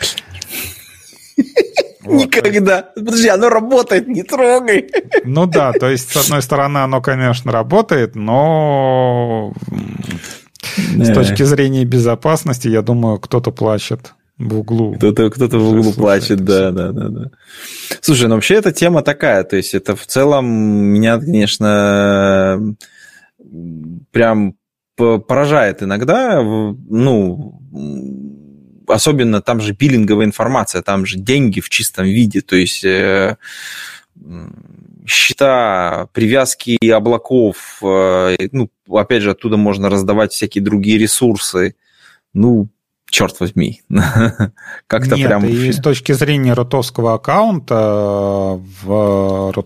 Никогда. Подожди, оно работает, не трогай. Ну да, то есть, с одной стороны, оно, конечно, работает, но с точки зрения безопасности, я думаю, кто-то плачет в углу. Кто-то, кто-то в углу плачет, да, да, да, да. Слушай, ну вообще эта тема такая, то есть это в целом меня, конечно, прям поражает иногда, ну, особенно там же биллинговая информация, там же деньги в чистом виде, то есть э, счета, привязки облаков, э, ну, опять же, оттуда можно раздавать всякие другие ресурсы, ну, черт возьми, как-то Нет, прям... и с точки зрения рутовского аккаунта, в...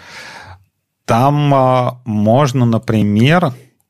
там можно, например,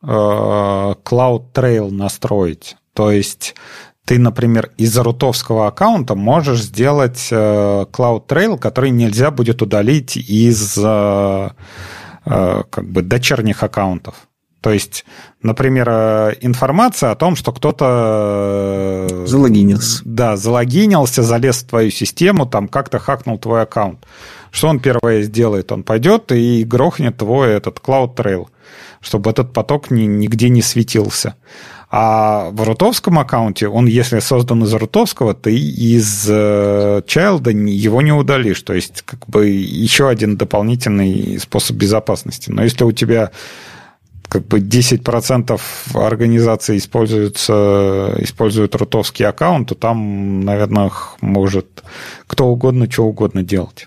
CloudTrail настроить. То есть ты, например, из рутовского аккаунта можешь сделать CloudTrail, который нельзя будет удалить из как бы дочерних аккаунтов. То есть, например, информация о том, что кто-то... Залогинился. Да, залогинился, залез в твою систему, там как-то хакнул твой аккаунт. Что он первое сделает? Он пойдет и грохнет твой этот CloudTrail, чтобы этот поток ни, нигде не светился. А в рутовском аккаунте, он, если создан из рутовского, ты из чайлда его не удалишь. То есть, как бы еще один дополнительный способ безопасности. Но если у тебя... как бы десять процентов организаций используются, используют рутовский аккаунт, то там, наверное, может кто угодно, что угодно делать.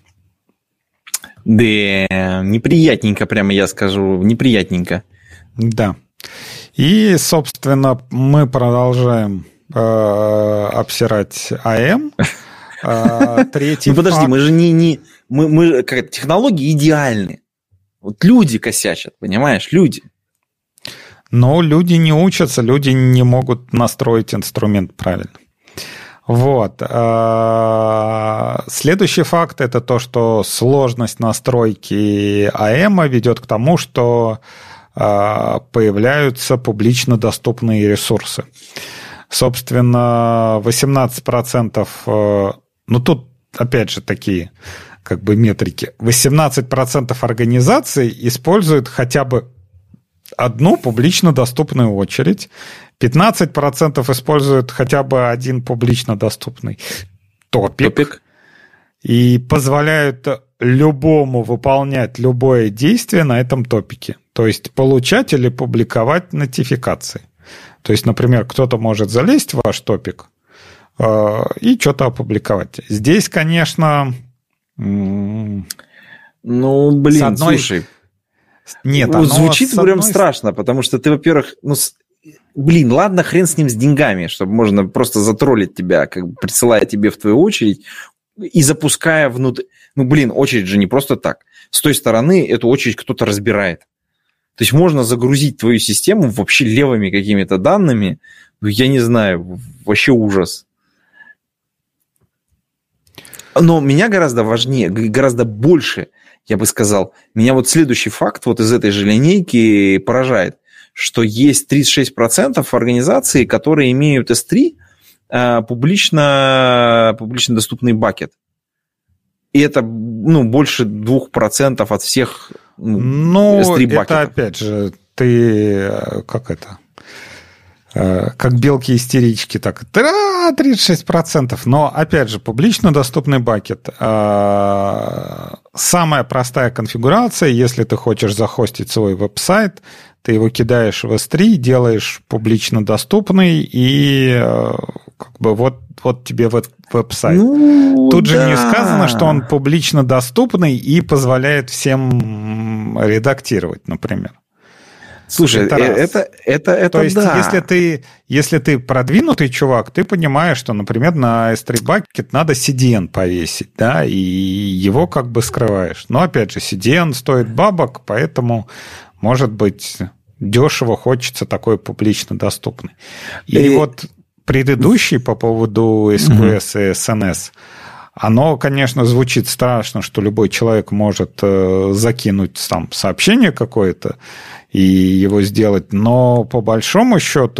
Да, неприятненько, прямо я скажу, неприятненько. Да. И, собственно, мы продолжаем э, обсирать эй эм. Э, третий ну, подожди, факт... мы же не... не мы, мы, как, технологии идеальны. Вот люди косячат, понимаешь, люди. Но люди не учатся, люди не могут настроить инструмент правильно. Вот. Следующий факт – это то, что сложность настройки эй эм ведет к тому, что появляются публично доступные ресурсы. Собственно, восемнадцать процентов, ну тут опять же такие как бы метрики, восемнадцать процентов организаций используют хотя бы одну публично доступную очередь, пятнадцать процентов используют хотя бы один публично доступный топик, топик и позволяют любому выполнять любое действие на этом топике. То есть получать или публиковать нотификации. То есть, например, кто-то может залезть в ваш топик э, и что-то опубликовать. Здесь, конечно... Ну, блин, одной... слушай... Нет, ну, звучит одной... прям страшно, потому что ты, во-первых, ну, с... блин, ладно, хрен с ним с деньгами, чтобы можно просто затроллить тебя, как бы присылая тебе в твою очередь и запуская внутрь. Ну, блин, очередь же не просто так. С той стороны эту очередь кто-то разбирает. То есть можно загрузить твою систему вообще левыми какими-то данными. Ну, я не знаю, вообще ужас. Но меня гораздо важнее, гораздо больше, я бы сказал, меня вот следующий факт вот из этой же линейки поражает, что есть тридцать шесть процентов организаций, которые имеют эс три, публично, публично доступный бакет. И это, ну, больше двух процентов от всех, ну, эс три бакетов. Это, опять же, ты, как это, как белки-истерички, так, тридцать шесть процентов. Но, опять же, публично доступный бакет. Самая простая конфигурация, если ты хочешь захостить свой веб-сайт, ты его кидаешь в эс три, делаешь публично доступный, и как бы вот, вот тебе веб-сайт. Ну, Тут да. же не сказано, что он публично доступный и позволяет всем редактировать, например. Слушай, это, это, это, это То есть, да. если ты, если ты продвинутый чувак, ты понимаешь, что, например, на эс три Bucket надо си ди эн повесить, да, и его как бы скрываешь. Но, опять же, си ди эн стоит бабок, поэтому, может быть, дешево хочется такой публично доступный. И, и... вот предыдущий по поводу эс кью эс mm-hmm. и эс эн эс, оно, конечно, звучит страшно, что любой человек может э, закинуть там сообщение какое-то и его сделать, но по большому счету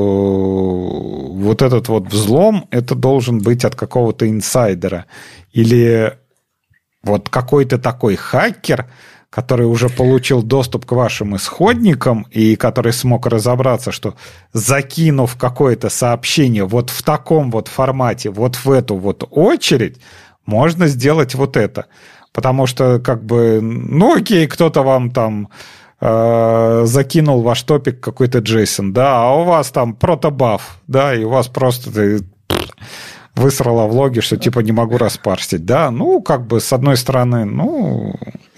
э, вот этот вот взлом, это должен быть от какого-то инсайдера или вот какой-то такой хакер, который уже получил доступ к вашим исходникам и который смог разобраться, что закинув какое-то сообщение вот в таком вот формате, вот в эту вот очередь, можно сделать вот это. Потому что, как бы, ну окей, кто-то вам там э, закинул ваш топик какой-то JSON, да, а у вас там протобаф, да, и у вас просто... Ты, высрала в логе, что типа не могу распарсить, да, ну, как бы, с одной стороны, ну...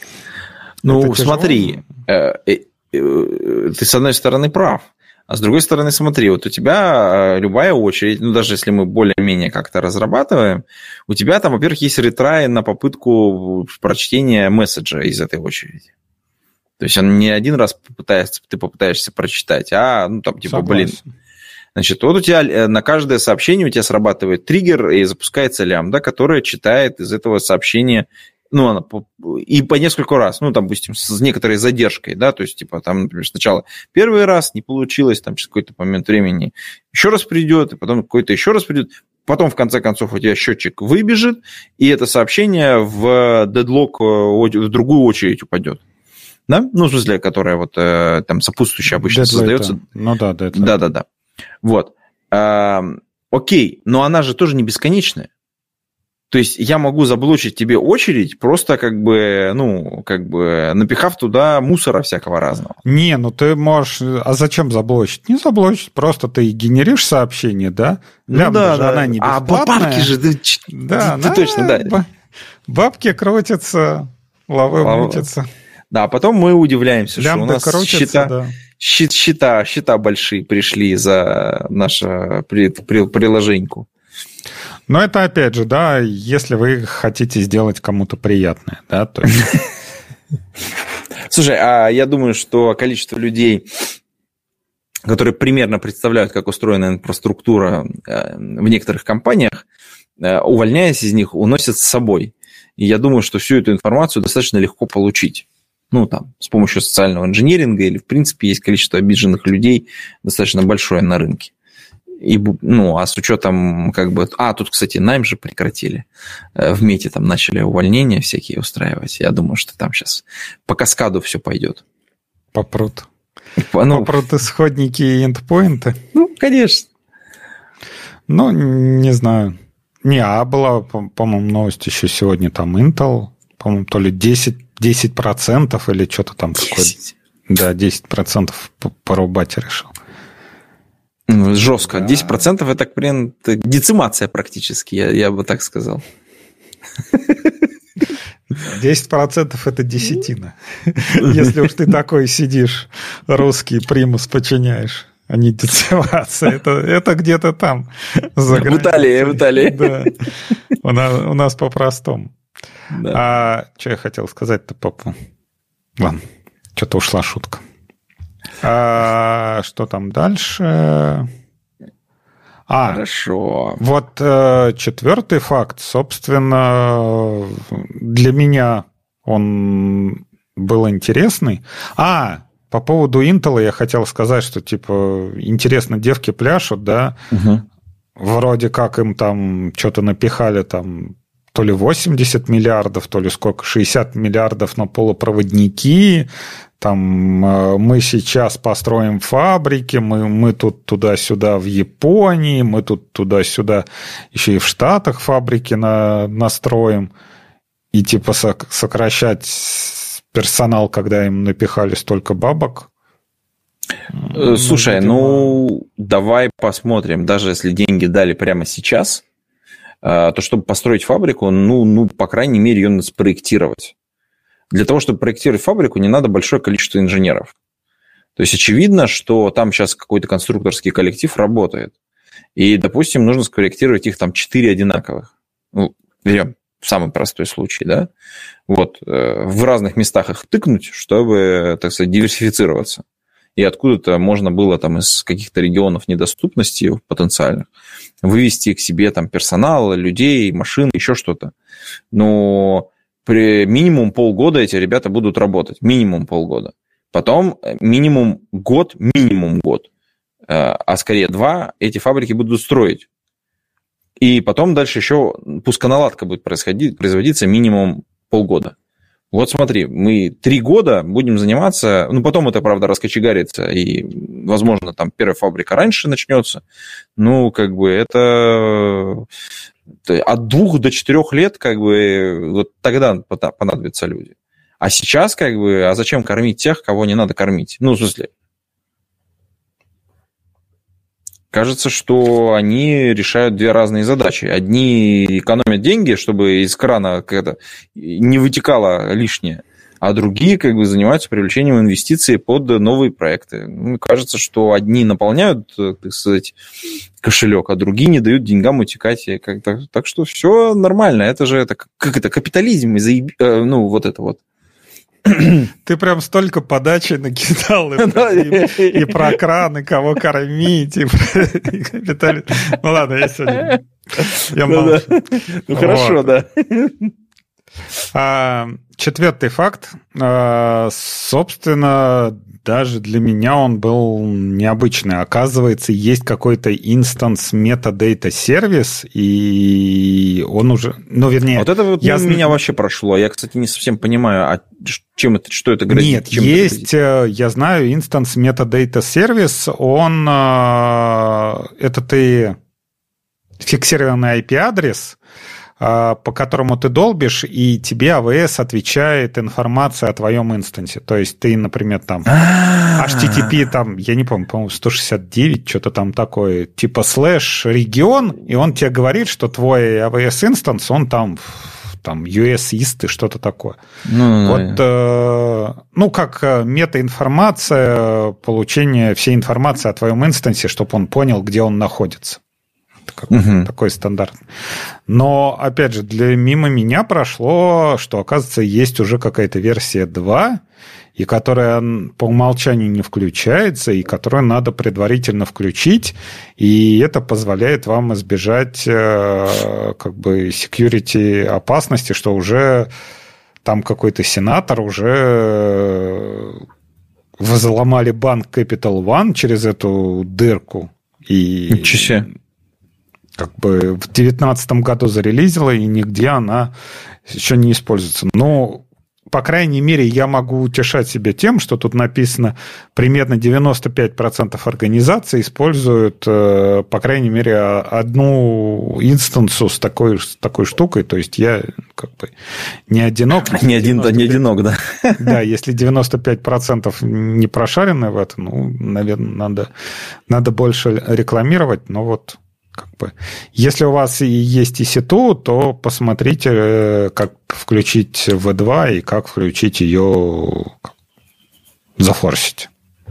Ну, смотри, э, э, э, ты с одной стороны прав, а с другой стороны, смотри, вот у тебя любая очередь, ну, даже если мы более-менее как-то разрабатываем, у тебя там, во-первых, есть ретрай на попытку прочтения месседжа из этой очереди. То есть он не один раз попытается, ты попытаешься прочитать, а, ну, там, типа, Согласен. блин... Значит, вот у тебя на каждое сообщение у тебя срабатывает триггер и запускается лямбда, которая читает из этого сообщения, ну, она по, и по нескольку раз, ну, там, допустим, с некоторой задержкой, да, то есть, типа, там, например, сначала первый раз не получилось, там, через какой-то момент времени еще раз придет, и потом какой-то еще раз придет, потом, в конце концов, у тебя счетчик выбежит, и это сообщение в дедлок, в другую очередь упадет. Да? Ну, в смысле, которая вот там сопутствующая обычно Deadlight, создается. Ну, да, да. Да-да-да. Вот. А, окей, но она же тоже не бесконечная. То есть я могу заблочить тебе очередь, просто как бы, ну, как бы напихав туда мусора всякого разного. Не, ну ты можешь... А зачем заблочить? Не заблочить, просто ты генеришь сообщение, да? Ну да, же, да. Она не а бабки же, ты, да, ты, ты точно, да. Бабки крутятся, лавы мутятся. Да, а потом мы удивляемся, Лямбда что у нас крутятся, счета, да. счета, счета большие пришли за наше приложеньку. Но это, опять же, да, если вы хотите сделать кому-то приятное, да, то есть... Слушай, а я думаю, что количество людей, которые примерно представляют, как устроена инфраструктура в некоторых компаниях, увольняясь из них, уносят с собой. И я думаю, что всю эту информацию достаточно легко получить. Ну, там, с помощью социального инженеринга или, в принципе, есть количество обиженных людей достаточно большое на рынке. И, ну, а с учетом, как бы... А, тут, кстати, найм же прекратили. В Мете там начали увольнения всякие устраивать. Я думаю, что там сейчас по каскаду все пойдет. Попрут. Ну, Попрут исходники и эндпоинты? Ну, конечно. Ну, не знаю. Не, а была, по-моему, новость еще сегодня, там Intel, по-моему, то ли десять, десять процентов или что-то там такое. Да, десять процентов порубать решил. Ну, жестко. Да. десять процентов это, блин, децимация практически, я, я бы так сказал. десять процентов это десятина. Если уж ты такой сидишь, русский примус подчиняешь. А не децимация. Это, это где-то там. За в Италии, в Италии. Да. У нас, у нас по-простому. Да. А что я хотел сказать-то, папа? Ладно, что-то ушла шутка. А, что там дальше? А, Хорошо. Вот э, четвертый факт, собственно, для меня он был интересный. А, по поводу Intel я хотел сказать, что, типа, интересно, девки пляшут, да? Угу. Вроде как им там что-то напихали, там, то ли восемьдесят миллиардов, то ли сколько, шестьдесят миллиардов на полупроводники. Там мы сейчас построим фабрики, мы, мы тут туда-сюда в Японии, мы тут туда-сюда еще и в Штатах фабрики на, настроим. И типа сокращать персонал, когда им напихали столько бабок. Слушай, ну, ну давай посмотрим. Даже если деньги дали прямо сейчас, то чтобы построить фабрику, ну, ну по крайней мере, ее надо спроектировать. Для того, чтобы проектировать фабрику, не надо большое количество инженеров. То есть, очевидно, что там сейчас какой-то конструкторский коллектив работает. И, допустим, нужно спроектировать их там четыре одинаковых. Ну, берем самый простой случай, да? Вот. В разных местах их тыкнуть, чтобы, так сказать, диверсифицироваться. И откуда-то можно было там из каких-то регионов недоступности потенциальных вывести к себе там персонал, людей, машины, еще что-то. Но... При минимум полгода эти ребята будут работать. Минимум полгода. Потом минимум год, минимум год. А скорее два, эти фабрики будут строить. И потом дальше еще пусконаладка будет происходить, производиться минимум полгода. Вот смотри, мы три года будем заниматься, ну, потом это, правда, раскочегарится, и, возможно, там первая фабрика раньше начнется. Ну, как бы это... От двух до четырех лет, как бы, вот тогда понадобятся люди. А сейчас, как бы, а зачем кормить тех, кого не надо кормить? Ну, в смысле, кажется, что они решают две разные задачи. Одни экономят деньги, чтобы из крана как-то не вытекало лишнее, а другие, как бы, занимаются привлечением инвестиций под новые проекты. Мне кажется, что одни наполняют, так сказать, кошелек, а другие не дают деньгам утекать. Как-то. Так что все нормально. Это же это, как это, капитализм, ну, вот это вот. Ты прям столько подачи накидал и, и про кран, и кого кормить, и про капитализм. Ну ладно, я сегодня... Я молчу. Ну хорошо, да. Четвертый факт. Собственно, даже для меня он был необычный. Оказывается, есть какой-то инстанс metadata сервис, и он уже... Ну, вернее... Вот это вот я... меня вообще прошло. Я, кстати, не совсем понимаю, а чем это, что это грозит? Нет, чем есть, я знаю, инстанс metadata сервис, он... Это ты фиксированный ай пи-адрес, по которому ты долбишь, и тебе эй ви эс отвечает информация о твоем инстансе. То есть ты, например, там эйч ти ти пи, там, я не помню, по-моему, сто шестьдесят девять, что-то там такое, типа слэш регион, и он тебе говорит, что твой эй ви эс инстанс, он там, там ю эс East и что-то такое. Ну, вот, э, ну, как метаинформация, получение всей информации о твоем инстансе, чтобы он понял, где он находится. Как, угу. Такой стандарт. Но, опять же, для, мимо меня прошло, что, оказывается, есть уже какая-то версия два, и которая по умолчанию не включается, и которую надо предварительно включить, и это позволяет вам избежать как бы security опасности, что уже там какой-то сенатор уже взломали банк Capital One через эту дырку. И... Ничего себе. Как бы в две тысячи девятнадцатом году зарелизила, и нигде она еще не используется. Но, по крайней мере, я могу утешать себя тем, что тут написано, примерно девяносто пять процентов организаций используют, по крайней мере, одну инстансу с такой, с такой штукой. То есть я как бы не одинок. Не, один, не одинок, да. Да, если девяносто пять процентов не прошарены в это, ну, наверное, надо, надо больше рекламировать, но вот... Как бы. Если у вас и есть и си ту, то посмотрите, как включить ви два и как включить ее, зафорсить.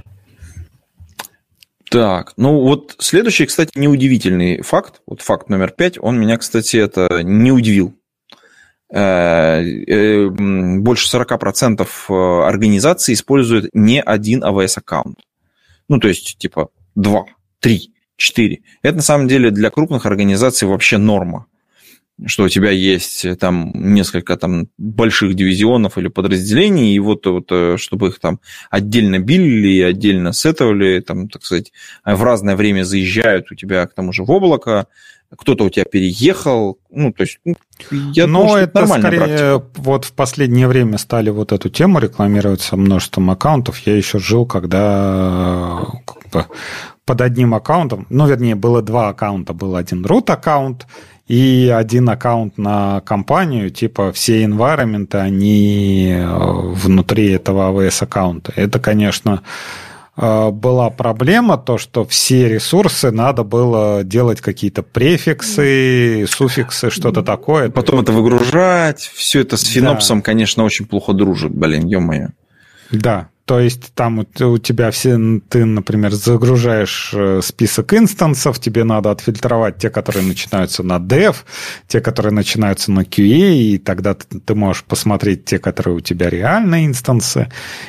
Так, ну вот следующий, кстати, неудивительный факт, вот факт номер пять, он меня, кстати, это не удивил. больше сорок процентов организаций используют не один эй ви эс-аккаунт. Ну, то есть, типа, два, три, четыре. Это, на самом деле, для крупных организаций вообще норма. Что у тебя есть там несколько там больших дивизионов или подразделений, и вот, вот чтобы их там отдельно били и отдельно сетовали, там, так сказать, в разное время заезжают у тебя к тому же в облако, кто-то у тебя переехал, ну, то есть, я Но думаю, что это, это нормальная скорее, практика. Вот в последнее время стали вот эту тему рекламировать со множеством аккаунтов. Я еще жил, когда как бы, под одним аккаунтом, ну, вернее, было два аккаунта, был один root аккаунт и один аккаунт на компанию, типа все environment, они внутри этого эй ви эс аккаунта. Это, конечно, была проблема, то, что все ресурсы надо было делать какие-то префиксы, суффиксы, что-то такое. Потом это выгружать, все это с финопсом, да. Конечно, очень плохо дружит, блин, ё-моё. Да, то есть там у тебя все, ты, например, загружаешь список инстансов, тебе надо отфильтровать те, которые начинаются на dev, те, которые начинаются на кью эй, и тогда ты, ты можешь посмотреть те, которые у тебя реальные инстансы.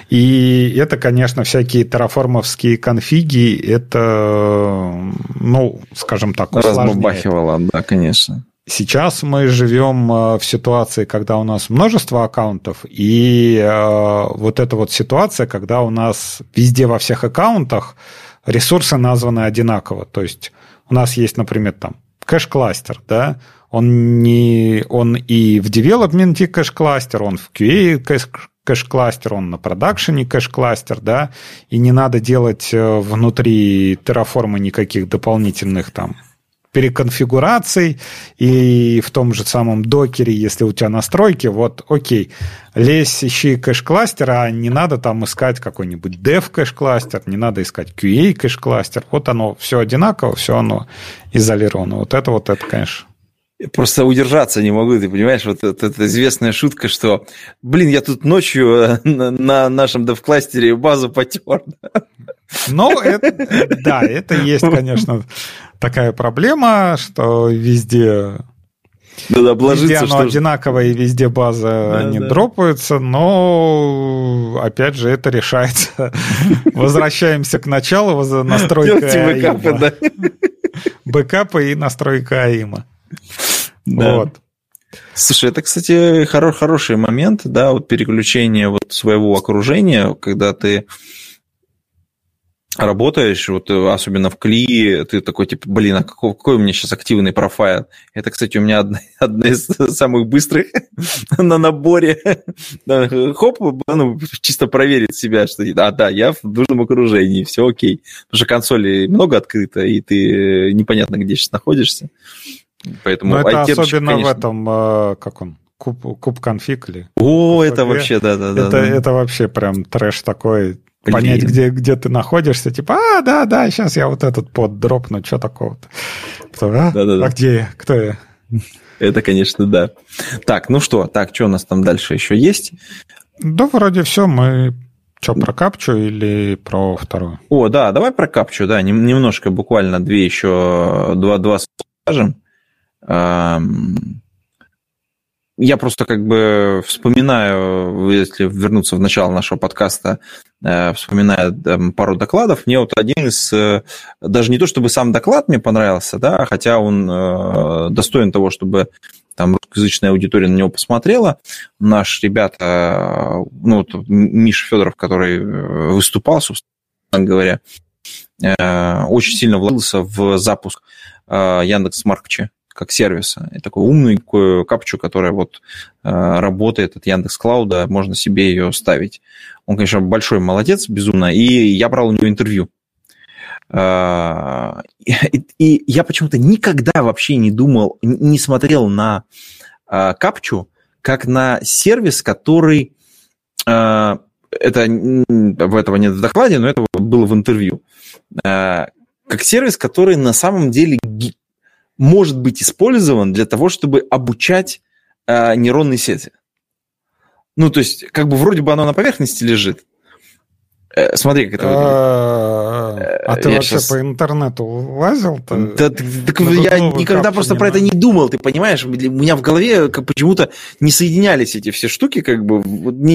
И это, конечно, всякие терраформовские конфиги, это, ну, скажем так, усложняет. Разбабахивало, да, конечно. Сейчас мы живем в ситуации, когда у нас множество аккаунтов, и вот эта вот ситуация, когда у нас везде во всех аккаунтах ресурсы названы одинаково. То есть у нас есть, например, там кэш-кластер, да, он, не, он и в девелопменте кэш-кластер, он в кью эй кэш-кластер, он на продакшене кэш-кластер, да, и не надо делать внутри Terraform никаких дополнительных там переконфигураций, и в том же самом докере, если у тебя настройки, вот, окей, лезь, ищи кэш-кластер, а не надо там искать какой-нибудь dev кэш-кластер, не надо искать кью эй кэш-кластер, вот оно все одинаково, все оно изолировано. Вот это вот, это, конечно... Просто удержаться не могу, ты понимаешь, вот это, это известная шутка, что, блин, я тут ночью на, на нашем dev-кластере базу потер. Ну, это, да, это есть, конечно, такая проблема, что везде, Надо везде оно что одинаковое, и везде база да, не да. дропаются, но, опять же, это решается. Возвращаемся к началу, настройка АИМа. Бэкапы и настройка АИМа. Да. Вот. Слушай, это, кстати, хоро- хороший момент, да, вот переключение вот своего окружения, когда ты работаешь, вот особенно в Кли, ты такой, типа, блин, а какой, какой у меня сейчас активный профайл? Это, кстати, у меня одна, одна из самых быстрых на наборе. Хоп, ну, чисто проверить себя, что, а, да, я в нужном окружении, все окей. Потому что консоли много открыто, и ты непонятно, где сейчас находишься. Поэтому это айтемчик, особенно конечно... в этом, как он, куб, куб конфиг или... О, это вообще, да-да-да. Это, это вообще прям трэш такой. Блин. Понять, где, где ты находишься, типа, а, да, да, сейчас я вот этот под дропну, что такого-то. Кто, а? Да-да-да. А где я? Кто я? Это, конечно, да. Так, ну что, так, что у нас там дальше еще есть? Да, вроде все, мы... Что, про капчу или про вторую? О, да, давай про капчу, да, немножко, буквально две еще, два, два скажем. Я просто как бы вспоминаю, если вернуться в начало нашего подкаста, вспоминаю пару докладов, мне вот один из, даже не то чтобы сам доклад мне понравился, да, хотя он достоин того, чтобы там русскоязычная аудитория на него посмотрела. Наш ребята, ну вот Миша Федоров, который выступал, собственно говоря, очень сильно вложился в запуск Яндекс.Маркетча как сервиса. И такой умный капчу, которая вот э, работает от Яндекс.Клауда, можно себе ее ставить. Он, конечно, большой молодец, безумно, и я брал у него интервью. Э, и, и я почему-то никогда вообще не думал, не смотрел на э, капчу как на сервис, который... Э, это, в этого нет в докладе, но это было в интервью. Э, как сервис, который на самом деле... может быть использован для того, чтобы обучать э, нейронные сети. Ну, то есть, как бы вроде бы оно на поверхности лежит. Смотри, как это выглядит. А ты вообще по интернету лазил-то? Да, так я никогда просто про это не думал, ты понимаешь? У меня в голове почему-то не соединялись эти все штуки, как бы.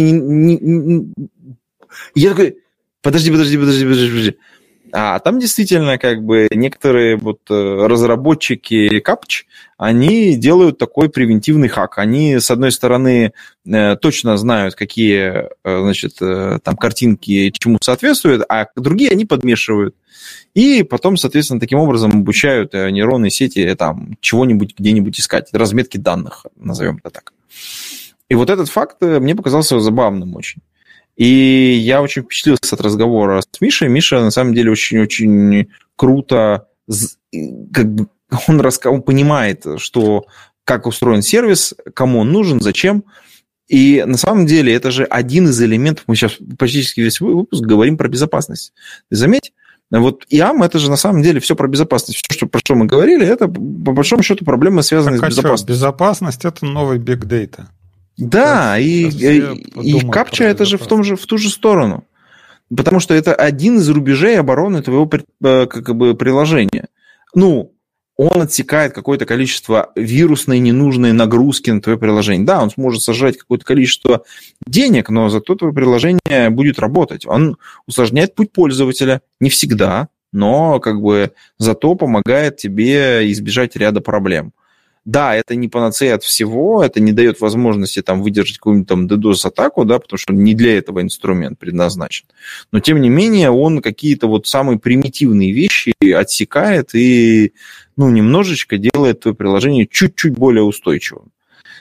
Я такой, подожди, подожди, подожди, подожди, подожди. А там действительно как бы некоторые вот разработчики капч, они делают такой превентивный хак. Они, с одной стороны, точно знают, какие, значит, там картинки чему соответствуют, а другие они подмешивают. И потом, соответственно, таким образом обучают нейронные сети там чего-нибудь где-нибудь искать, разметки данных, назовем это так. И вот этот факт мне показался забавным очень. И я очень впечатлился от разговора с Мишей. Миша, на самом деле, очень-очень круто, как бы он, раска... он понимает, что, как устроен сервис, кому он нужен, зачем. И на самом деле это же один из элементов, мы сейчас практически весь выпуск говорим про безопасность. Ты заметь, вот и эй эй эм это же на самом деле все про безопасность. Все, что, про что мы говорили, это по большому счету проблемы, связанные так, с безопасностью. Что, безопасность – это новый big data. Да, сейчас, и, сейчас и, и капча это же в, том же в ту же сторону. Потому что это один из рубежей обороны твоего как бы, приложения. Ну, он отсекает какое-то количество вирусной ненужной нагрузки на твое приложение. Да, он сможет сожрать какое-то количество денег, но зато твое приложение будет работать. Он усложняет путь пользователя. Не всегда, но как бы зато помогает тебе избежать ряда проблем. Да, это не панацея от всего, это не дает возможности там, выдержать какую-нибудь там ддос-атаку, да, потому что не для этого инструмент предназначен. Но, тем не менее, он какие-то вот самые примитивные вещи отсекает и ну, немножечко делает твое приложение чуть-чуть более устойчивым.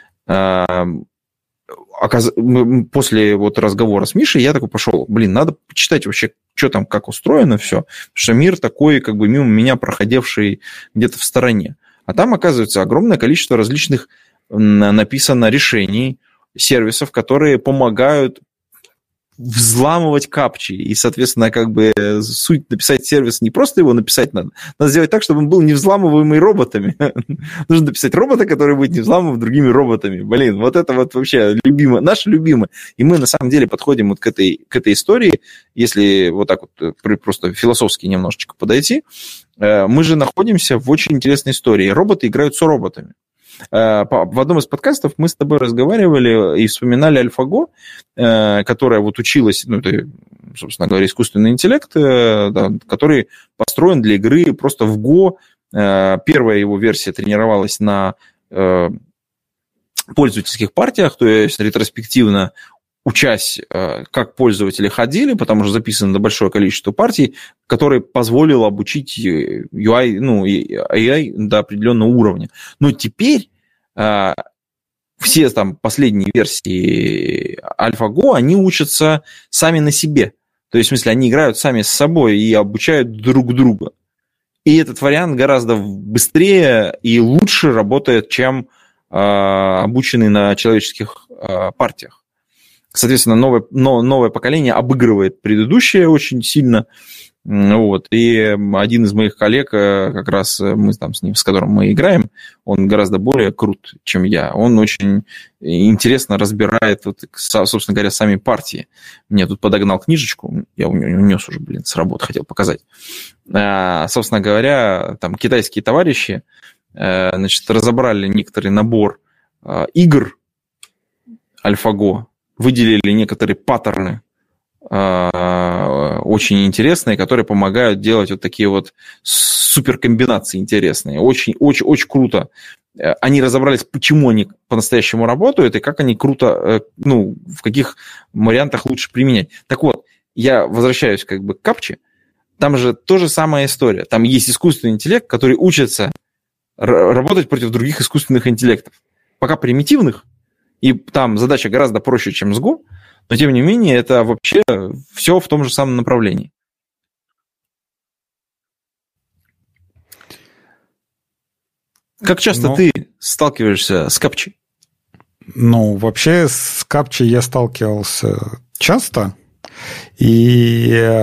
После вот разговора с Мишей я такой пошел, блин, надо почитать вообще, что там, как устроено все, потому что мир такой, как бы мимо меня проходивший где-то в стороне. А там, оказывается, огромное количество различных написано решений, сервисов, которые помогают взламывать капчи. И, соответственно, как бы суть написать сервис не просто его написать надо, надо сделать так, чтобы он был не взламываемый роботами. Нужно написать робота, который будет не взламываем другими роботами. Блин, вот это вот вообще любимое, наше любимое. И мы на самом деле подходим вот к этой, к этой истории, если вот так вот просто философски немножечко подойти. Мы же находимся в очень интересной истории. Роботы играют с роботами. В одном из подкастов мы с тобой разговаривали и вспоминали AlphaGo, которая вот училась, ну, это, собственно говоря, искусственный интеллект, да, который построен для игры просто в Go. Первая его версия тренировалась на пользовательских партиях, то есть ретроспективно учась, как пользователи ходили, потому что записано на большое количество партий, которое позволило обучить ю ай, ну, эй ай до определенного уровня. Но теперь все там последние версии AlphaGo, они учатся сами на себе. То есть, в смысле, они играют сами с собой и обучают друг друга. И этот вариант гораздо быстрее и лучше работает, чем обученный на человеческих партиях. Соответственно, новое, новое поколение обыгрывает предыдущее очень сильно. Вот. И один из моих коллег, как раз мы там с ним, с которым мы играем, он гораздо более крут, чем я. Он очень интересно разбирает, вот, собственно говоря, сами партии. Мне тут подогнал книжечку, я унес уже, блин, с работы, хотел показать. А, собственно говоря, там китайские товарищи, значит, разобрали некоторый набор игр AlphaGo, выделили некоторые паттерны очень интересные, которые помогают делать вот такие вот суперкомбинации интересные. Очень, очень, очень круто. Они разобрались, почему они по-настоящему работают и как они круто, ну, в каких вариантах лучше применять. Так вот, я возвращаюсь как бы к капче. Там же тоже самая история. Там есть искусственный интеллект, который учится работать против других искусственных интеллектов. Пока примитивных, и там задача гораздо проще, чем с Go, но, тем не менее, это вообще все в том же самом направлении. Как часто ну, ты сталкиваешься с капчей? Ну, вообще с капчей я сталкивался часто, и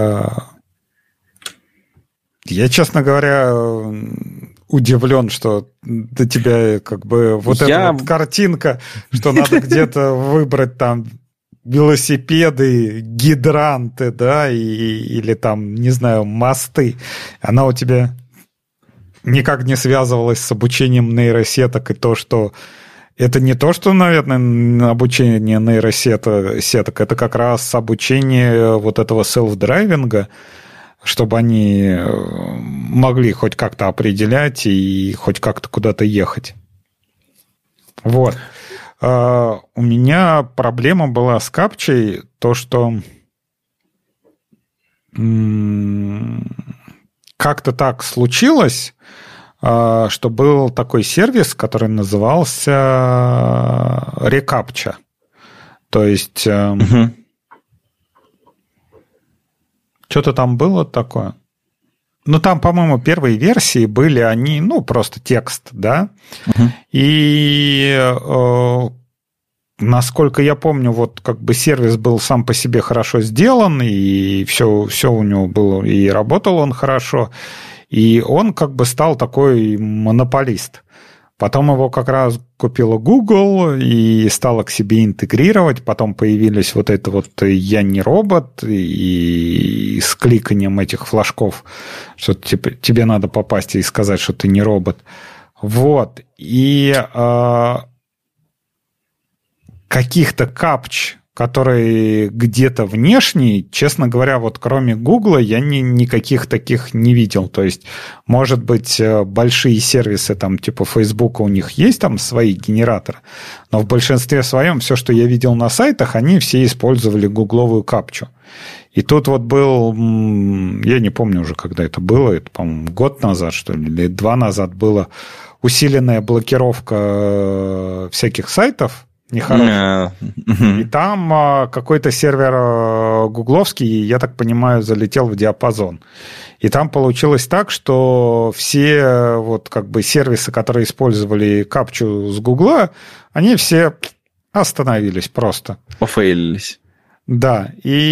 я, честно говоря, удивлен, что до тебя как бы вот я... эта вот картинка, что надо где-то выбрать там велосипеды, гидранты, да, и, или там, не знаю, мосты, она у тебя никак не связывалась с обучением нейросеток, и то, что это не то, что, наверное, обучение нейросеток, это как раз обучение вот этого селф-драйвинга, чтобы они могли хоть как-то определять и хоть как-то куда-то ехать. Вот. У меня проблема была с капчей, то, что как-то так случилось, что был такой сервис, который назывался Recaptcha. То есть угу. что-то там было такое. Ну, там, по-моему, первые версии были они, ну, просто текст, да. Угу. И э, насколько я помню, вот как бы сервис был сам по себе хорошо сделан, и все, все у него было, и работал он хорошо. И он как бы стал такой монополист. Потом его как раз купила Google и стала к себе интегрировать. Потом появились вот это вот «Я не робот» и с кликанием этих флажков, что типа, тебе надо попасть и сказать, что ты не робот. Вот. И э, каких-то капч, которые где-то внешние, честно говоря, вот кроме Гугла я ни, никаких таких не видел. То есть, может быть, большие сервисы, там, типа Фейсбука, у них есть там свои генераторы, но в большинстве своем все, что я видел на сайтах, они все использовали гугловую капчу. И тут вот был, я не помню уже, когда это было, это, по-моему, год назад, что ли, или два назад была усиленная блокировка всяких сайтов, нехороший. Yeah. И там а, какой-то сервер а, гугловский, я так понимаю, залетел в диапазон. И там получилось так, что все вот как бы сервисы, которые использовали капчу с Гугла, они все остановились просто. Пофейлились. Да,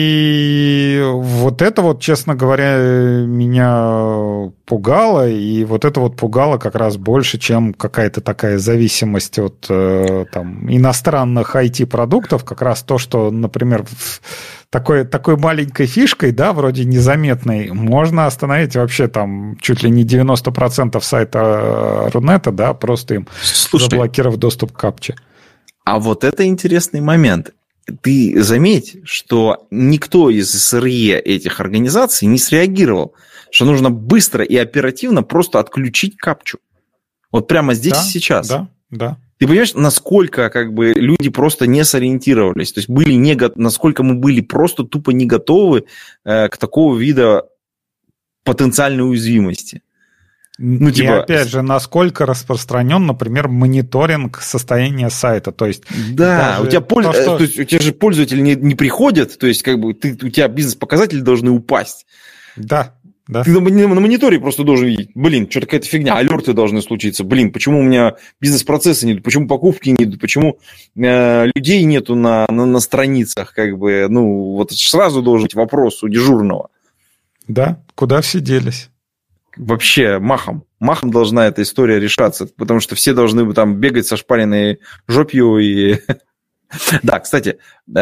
и вот это вот, честно говоря, меня пугало, и вот это вот пугало как раз больше, чем какая-то такая зависимость от там, иностранных ай ти-продуктов, как раз то, что, например, такой, такой маленькой фишкой, да, вроде незаметной, можно остановить вообще там чуть ли не девяносто процентов сайта Рунета, да, просто им Слушай, заблокировав доступ к капче. А вот это интересный момент. Ты заметь, что никто из эс эр и этих организаций не среагировал, что нужно быстро и оперативно просто отключить капчу. Вот прямо здесь да, и сейчас. Да, да. Ты понимаешь, насколько как бы люди просто не сориентировались, то есть были не, насколько мы были просто тупо не готовы э, к такого вида потенциальной уязвимости. Ну, типа... И опять же, насколько распространен, например, мониторинг состояния сайта. То есть, да, у тебя, польз... то, что... то есть, у тебя же пользователи не, не приходят, то есть как бы ты, у тебя бизнес-показатели должны упасть. Да, да. Ты на, на мониторе просто должен видеть, блин, что-то какая-то фигня, алерты должны случиться, блин, почему у меня бизнес-процессы нет, почему покупки нет, почему э, людей нету на, на, на страницах, как бы, ну, вот сразу должен быть вопрос у дежурного. Да, куда все делись? Вообще махом. Махом должна эта история решаться, потому что все должны там бегать со шпаренной жопью. И... да, кстати,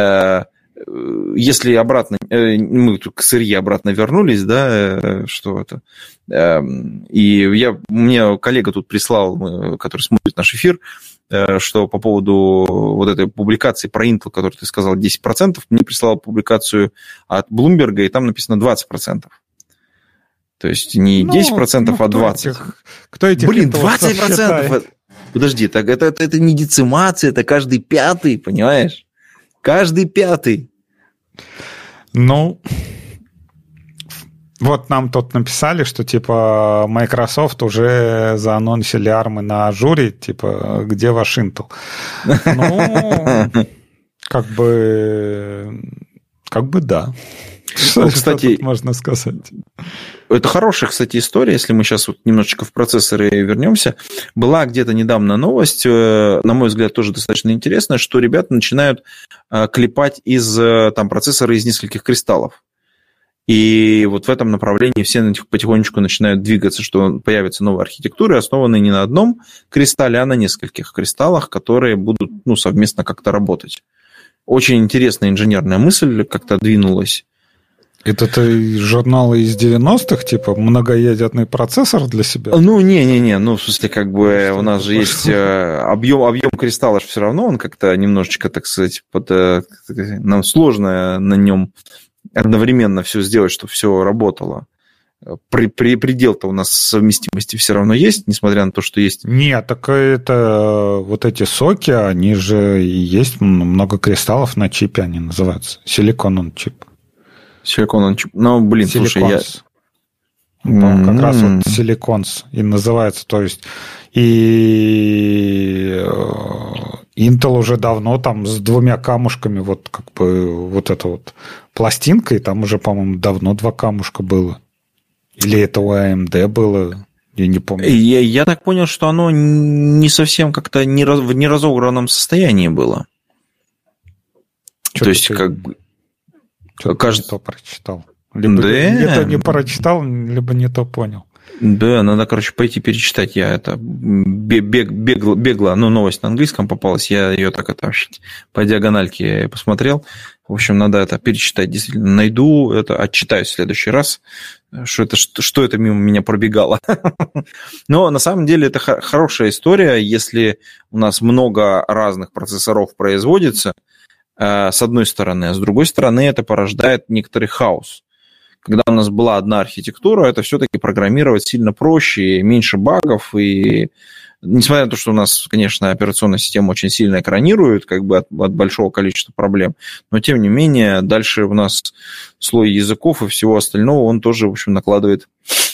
если обратно, мы к эс эр и обратно вернулись, да, что это, и я, мне коллега тут прислал, который смотрит наш эфир, что по поводу вот этой публикации про Intel, которую ты сказал, десять процентов, мне прислал публикацию от Bloomberg, и там написано двадцать процентов. То есть не ну, десять процентов, ну, а двадцать процентов. Этих, кто этих Блин, двадцать процентов! Подожди, так это, это, это не децимация, это каждый пятый, понимаешь? Каждый пятый. Ну, вот нам тут написали, что типа Microsoft уже заанонсили армы на Ажуре, типа, где ваш Intel? Ну, как бы, как бы да. Что, ну, кстати, что тут можно сказать? Это хорошая, кстати, история, если мы сейчас вот немножечко в процессоры вернемся. Была где-то недавно новость, на мой взгляд, тоже достаточно интересная, что ребята начинают клепать из там, процессора из нескольких кристаллов. И вот в этом направлении все потихонечку начинают двигаться, что появятся новые архитектуры, основанные не на одном кристалле, а на нескольких кристаллах, которые будут ну, совместно как-то работать. очень интересная инженерная мысль как-то двинулась. Это ты журналы из девяностых, типа многоядерный процессор для себя? Ну, не-не-не, ну, в смысле, как бы что у нас же есть объем, объем кристалла, все равно он как-то немножечко, так сказать, под, нам сложно на нем одновременно все сделать, чтобы все работало. При, при, предел-то у нас совместимости все равно есть, несмотря на то, что есть... Нет, так это вот эти соки, они же есть много кристаллов на чипе, они называются. Силикон он чип. Силикон он чип. Ну, блин, Силиконс. слушай, я... Mm-hmm. Как раз вот силиконс и называется. То есть и Intel уже давно там с двумя камушками, вот как бы вот эта вот пластинка, и там уже, по-моему, давно два камушка было. Или это у эй эм ди было, я не помню. Я, я так понял, что оно не совсем как-то не раз, в неразогранном состоянии было. Что то есть, ты, как бы... Что кажется... ты не то прочитал. Либо да. не то не прочитал, либо не то понял. Да, надо, короче, пойти перечитать. Я это бег, бегло, бегло, ну, новость на английском попалась, я ее так это по диагональке посмотрел. В общем, надо это перечитать. Действительно, найду это, отчитаюсь в следующий раз, что это, что, что это мимо меня пробегало. Но на самом деле это хорошая история, если у нас много разных процессоров производится, с одной стороны, а с другой стороны это порождает некоторый хаос. Когда у нас была одна архитектура, это все-таки программировать сильно проще, меньше багов, и несмотря на то, что у нас, конечно, операционная система очень сильно экранирует как бы от, от большого количества проблем, но тем не менее дальше у нас слой языков и всего остального, он тоже, в общем, накладывает...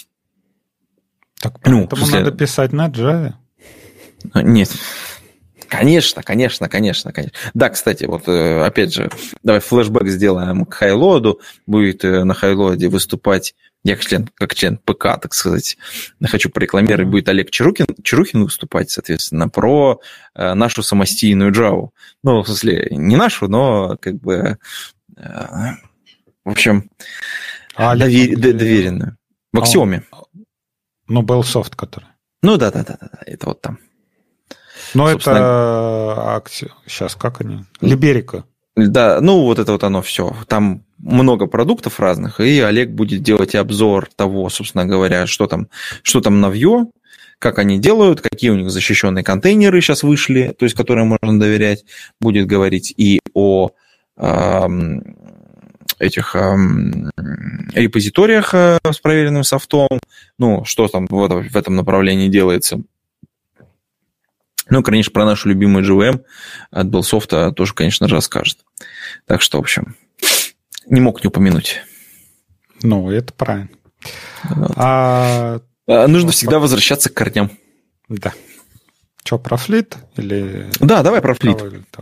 Так поэтому ну, после... надо писать на Java? Нет. Конечно, конечно, конечно, конечно. Да, кстати, вот опять же, давай флешбэк сделаем к хайлоаду. Будет на хайлоаде выступать, я как член, как член ПК, так сказать, хочу порекламировать, mm-hmm. будет Олег Чарухин, Чарухин выступать, соответственно, про нашу самостийную Java. Ну, в смысле, не нашу, но как бы, в общем, а довер... доверенную. В Аксиоме. Ну, Bellsoft, который. Ну, да-да-да, это вот там. Но собственно... это акция. Сейчас, как они? Либерика. Да, ну вот это вот оно все. Там много продуктов разных, и Олег будет делать обзор того, собственно говоря, что там, что там на Vue, как они делают, какие у них защищенные контейнеры сейчас вышли, то есть которым можно доверять. Будет говорить и о э, этих э, репозиториях э, с проверенным софтом, ну, что там в, в этом направлении делается. Ну, конечно, про нашу любимую джи ви эм от Bellsoft тоже, конечно же, расскажет. Так что, в общем, не мог не упомянуть. Ну, это правильно. Вот. А... Нужно вот всегда по... возвращаться к корням. Да. Что, про флит? Или... Да, давай про флит.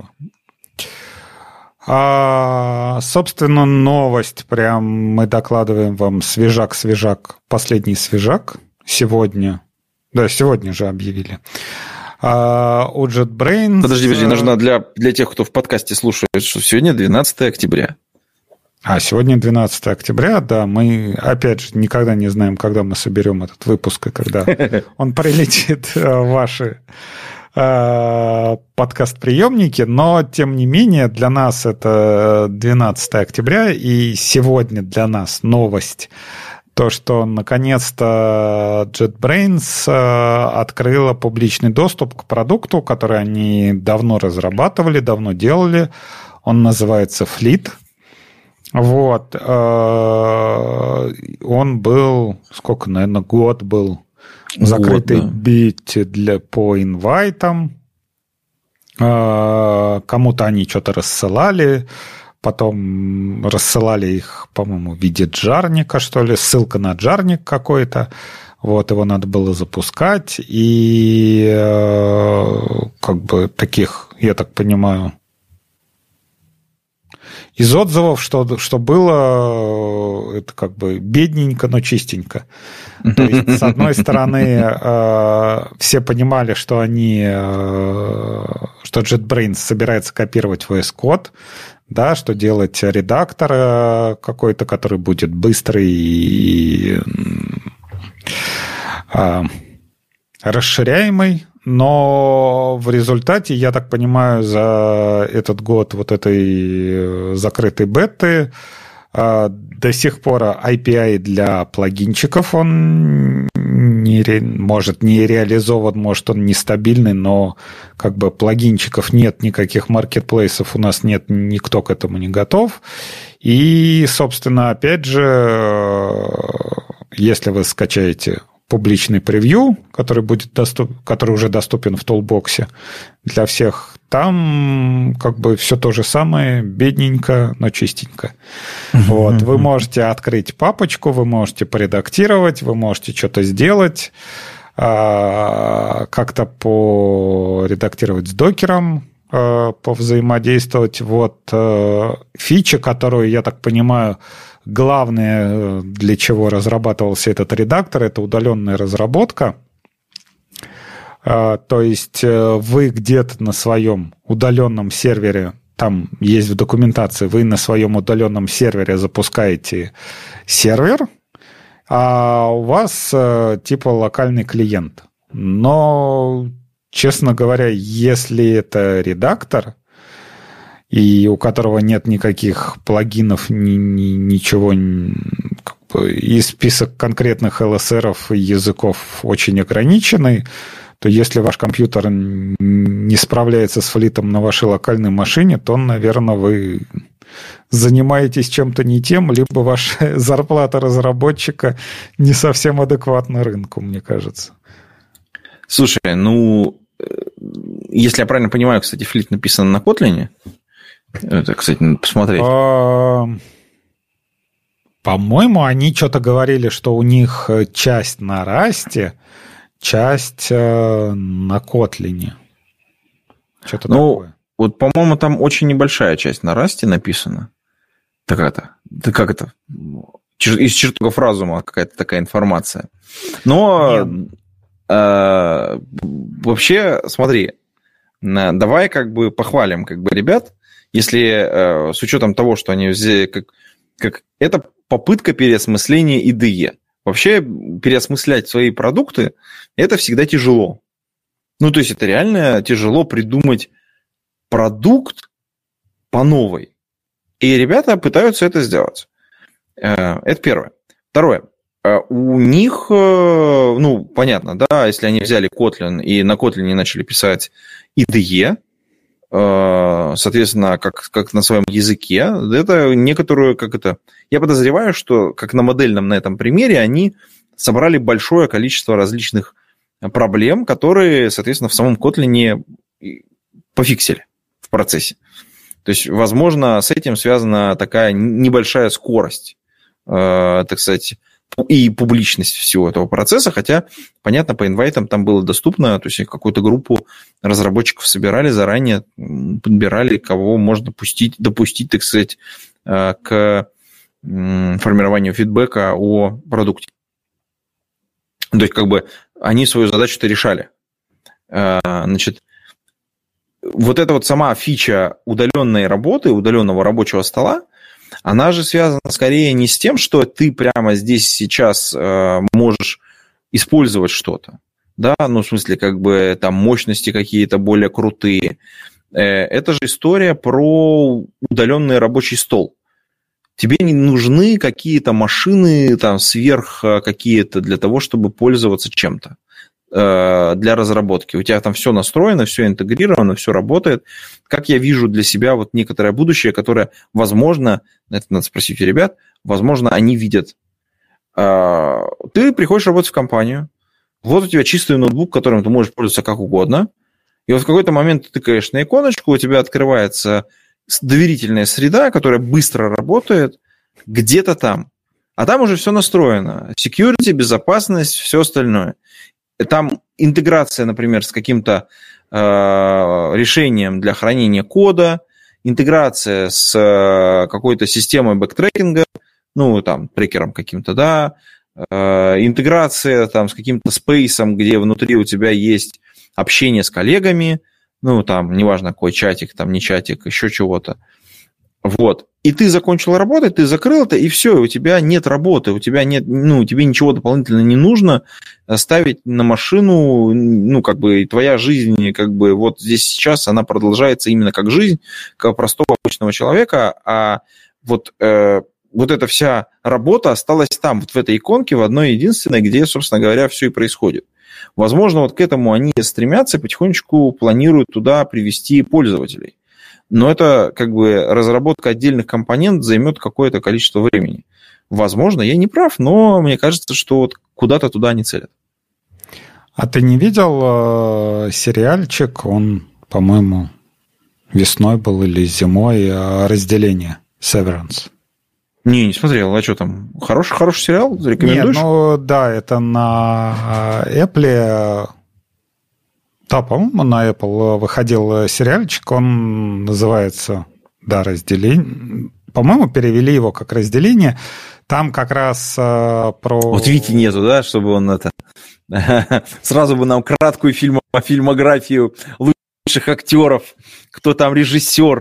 А, собственно, новость. Прям мы докладываем вам свежак-свежак, последний свежак сегодня. Да, сегодня же объявили. Uh, у JetBrains... Подожди, подожди, нужно для, для тех, кто в подкасте слушает, что сегодня двенадцатое октября. А, сегодня двенадцатое октября, да. Мы, опять же, никогда не знаем, когда мы соберем этот выпуск, и когда он прилетит в ваши подкаст-приемники, но, тем не менее, для нас это двенадцатое октября, и сегодня для нас новость... То, что наконец-то JetBrains открыла публичный доступ к продукту, который они давно разрабатывали, давно делали. Он называется Fleet. Вот. Он был, сколько, наверное, год был в закрытой вот, да. бете для, по инвайтам. Кому-то они что-то рассылали. Потом рассылали их, по-моему, в виде джарника, что ли, ссылка на джарник какой-то. Вот, его надо было запускать. И как бы таких, я так понимаю, из отзывов, что, что было, это как бы бедненько, но чистенько. То есть, с одной стороны, все понимали, что они, что JetBrains собирается копировать ви эс Code, да, что делать редактор какой-то, который будет быстрый и а, расширяемый, но в результате, я так понимаю, за этот год вот этой закрытой беты до сих пор эй пи ай для плагинчиков, он не, может не реализован, может он нестабильный, но как бы плагинчиков нет, никаких маркетплейсов у нас нет, никто к этому не готов. И, собственно, опять же, если вы скачаете публичный превью, который будет доступ, который уже доступен в Toolbox для всех, там как бы все то же самое, бедненько, но чистенько. Uh-huh. Вот. Вы можете открыть папочку, вы можете поредактировать, вы можете что-то сделать, как-то поредактировать с докером, повзаимодействовать. Вот фича, которую, я так понимаю, главное, для чего разрабатывался этот редактор, это удаленная разработка. То есть вы где-то на своем удаленном сервере, там есть в документации, вы на своем удаленном сервере запускаете сервер, а у вас типа локальный клиент. Но, честно говоря, если это редактор, и у которого нет никаких плагинов, ни, ни, ничего, как бы, и список конкретных эл эс эр-ов и языков очень ограниченный, то если ваш компьютер не справляется с флитом на вашей локальной машине, то, наверное, вы занимаетесь чем-то не тем, либо ваша зарплата разработчика не совсем адекватна рынку, мне кажется. Слушай, ну, если я правильно понимаю, кстати, флит написан на Kotlin. Это, кстати, надо посмотреть. По-моему, они что-то говорили, что у них часть на Rust, часть на Kotlin. Что-то ну, такое. Вот, по-моему, там очень небольшая часть на Rust написана. Так это, да как это? Из чертогов разума какая-то такая информация. Но э, вообще, смотри, давай как бы похвалим как бы ребят, если э, с учетом того, что они взяли, как, как это попытка переосмысления ай ди и. Вообще переосмыслять свои продукты – это всегда тяжело. Ну, то есть это реально тяжело придумать продукт по новой. И ребята пытаются это сделать. Это первое. Второе. У них, ну, понятно, да, если они взяли Kotlin и на Kotlin начали писать ай ди и, соответственно, как, как на своем языке, это некоторую, как это... Я подозреваю, что как на модельном на этом примере они собрали большое количество различных проблем, которые, соответственно, в самом Kotlin пофиксили в процессе. То есть, возможно, с этим связана такая небольшая скорость, э, так сказать, и публичность всего этого процесса, хотя, понятно, по инвайтам там было доступно, то есть какую-то группу разработчиков собирали заранее, подбирали, кого можно пустить, допустить, так сказать, к формированию фидбэка о продукте. То есть, как бы, они свою задачу-то решали. Значит, вот эта вот сама фича удаленной работы, удаленного рабочего стола, она же связана скорее не с тем, что ты прямо здесь сейчас э, можешь использовать что-то, да, ну, в смысле, как бы там мощности какие-то более крутые. Э, это же история про удаленный рабочий стол. Тебе не нужны какие-то машины там сверх какие-то для того, чтобы пользоваться чем-то для разработки. У тебя там все настроено, все интегрировано, все работает. Как я вижу для себя вот некоторое будущее, которое, возможно, это надо спросить у ребят, возможно, они видят. Ты приходишь работать в компанию, вот у тебя чистый ноутбук, которым ты можешь пользоваться как угодно, и вот в какой-то момент ты тыкаешь на иконочку, у тебя открывается доверительная среда, которая быстро работает где-то там. А там уже все настроено. Security, безопасность, все остальное. Там интеграция, например, с каким-то э, решением для хранения кода, интеграция с э, какой-то системой бэктрекинга, ну, там, трекером каким-то, да, э, интеграция там с каким-то спейсом, где внутри у тебя есть общение с коллегами, ну, там, неважно, какой чатик, там, не чатик, еще чего-то. Вот. И ты закончил работать, ты закрыл это, и все, у тебя нет работы, у тебя нет, ну, тебе ничего дополнительно не нужно ставить на машину, ну, как бы, твоя жизнь, как бы, вот здесь сейчас она продолжается именно как жизнь, как простого обычного человека, а вот, э, вот эта вся работа осталась там, вот в этой иконке, в одной единственной, где, собственно говоря, все и происходит. Возможно, вот к этому они стремятся, потихонечку планируют туда привести пользователей. Но это как бы разработка отдельных компонентов займет какое-то количество времени. Возможно, я не прав, но мне кажется, что вот куда-то туда они целят. А ты не видел э, сериальчик, он, по-моему, весной был или зимой, э, «Разделение», «Severance»? Не, не смотрел. А что там? Хороший, хороший сериал? Рекомендуешь? Нет, ну да, это на Apple... Да, по-моему, на Apple выходил сериальчик, он называется, да, «Разделение». По-моему, перевели его как «Разделение». Там как раз э, про... Вот Вики нету, да, чтобы он это... Сразу бы нам краткую фильмо... фильмографию лучших актеров, кто там режиссер.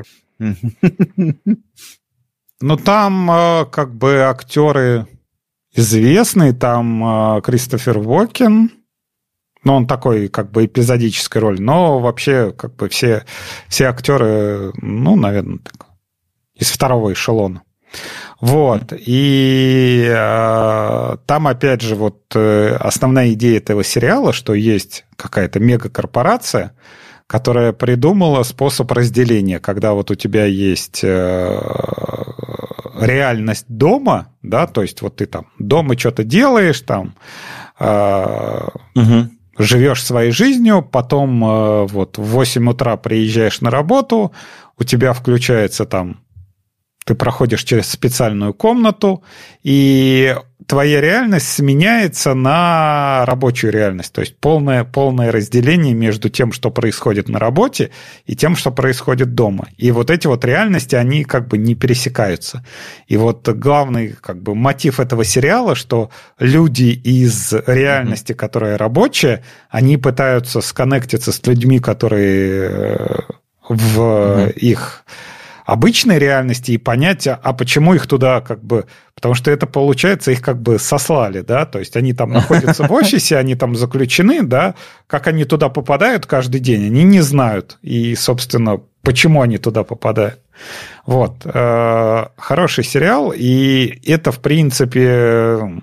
Ну, там э, как бы актеры известные, там э, Кристофер Уокен, ну, он такой, как бы, эпизодической роли, но вообще, как бы, все, все актеры, ну, наверное, так, из второго эшелона. Вот, и э, там, опять же, вот э, основная идея этого сериала, что есть какая-то мегакорпорация, которая придумала способ разделения, когда вот у тебя есть э, реальность дома, да, то есть вот ты там дома что-то делаешь, там... Э, угу. Живешь своей жизнью, потом э, вот в восемь утра приезжаешь на работу, у тебя включается там, ты проходишь через специальную комнату, и твоя реальность сменяется на рабочую реальность. То есть полное, полное разделение между тем, что происходит на работе, и тем, что происходит дома. И вот эти вот реальности, они как бы не пересекаются. И вот главный как бы мотив этого сериала, что люди из реальности, mm-hmm. которая рабочая, они пытаются сконнектиться с людьми, которые в mm-hmm. их... обычной реальности и понять, а почему их туда как бы... Потому что это, получается, их как бы сослали, да, то есть они там находятся в офисе, они там заключены, да, как они туда попадают каждый день, они не знают. И, собственно, почему они туда попадают. Вот. Хороший сериал, и это, в принципе...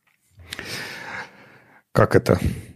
Как это...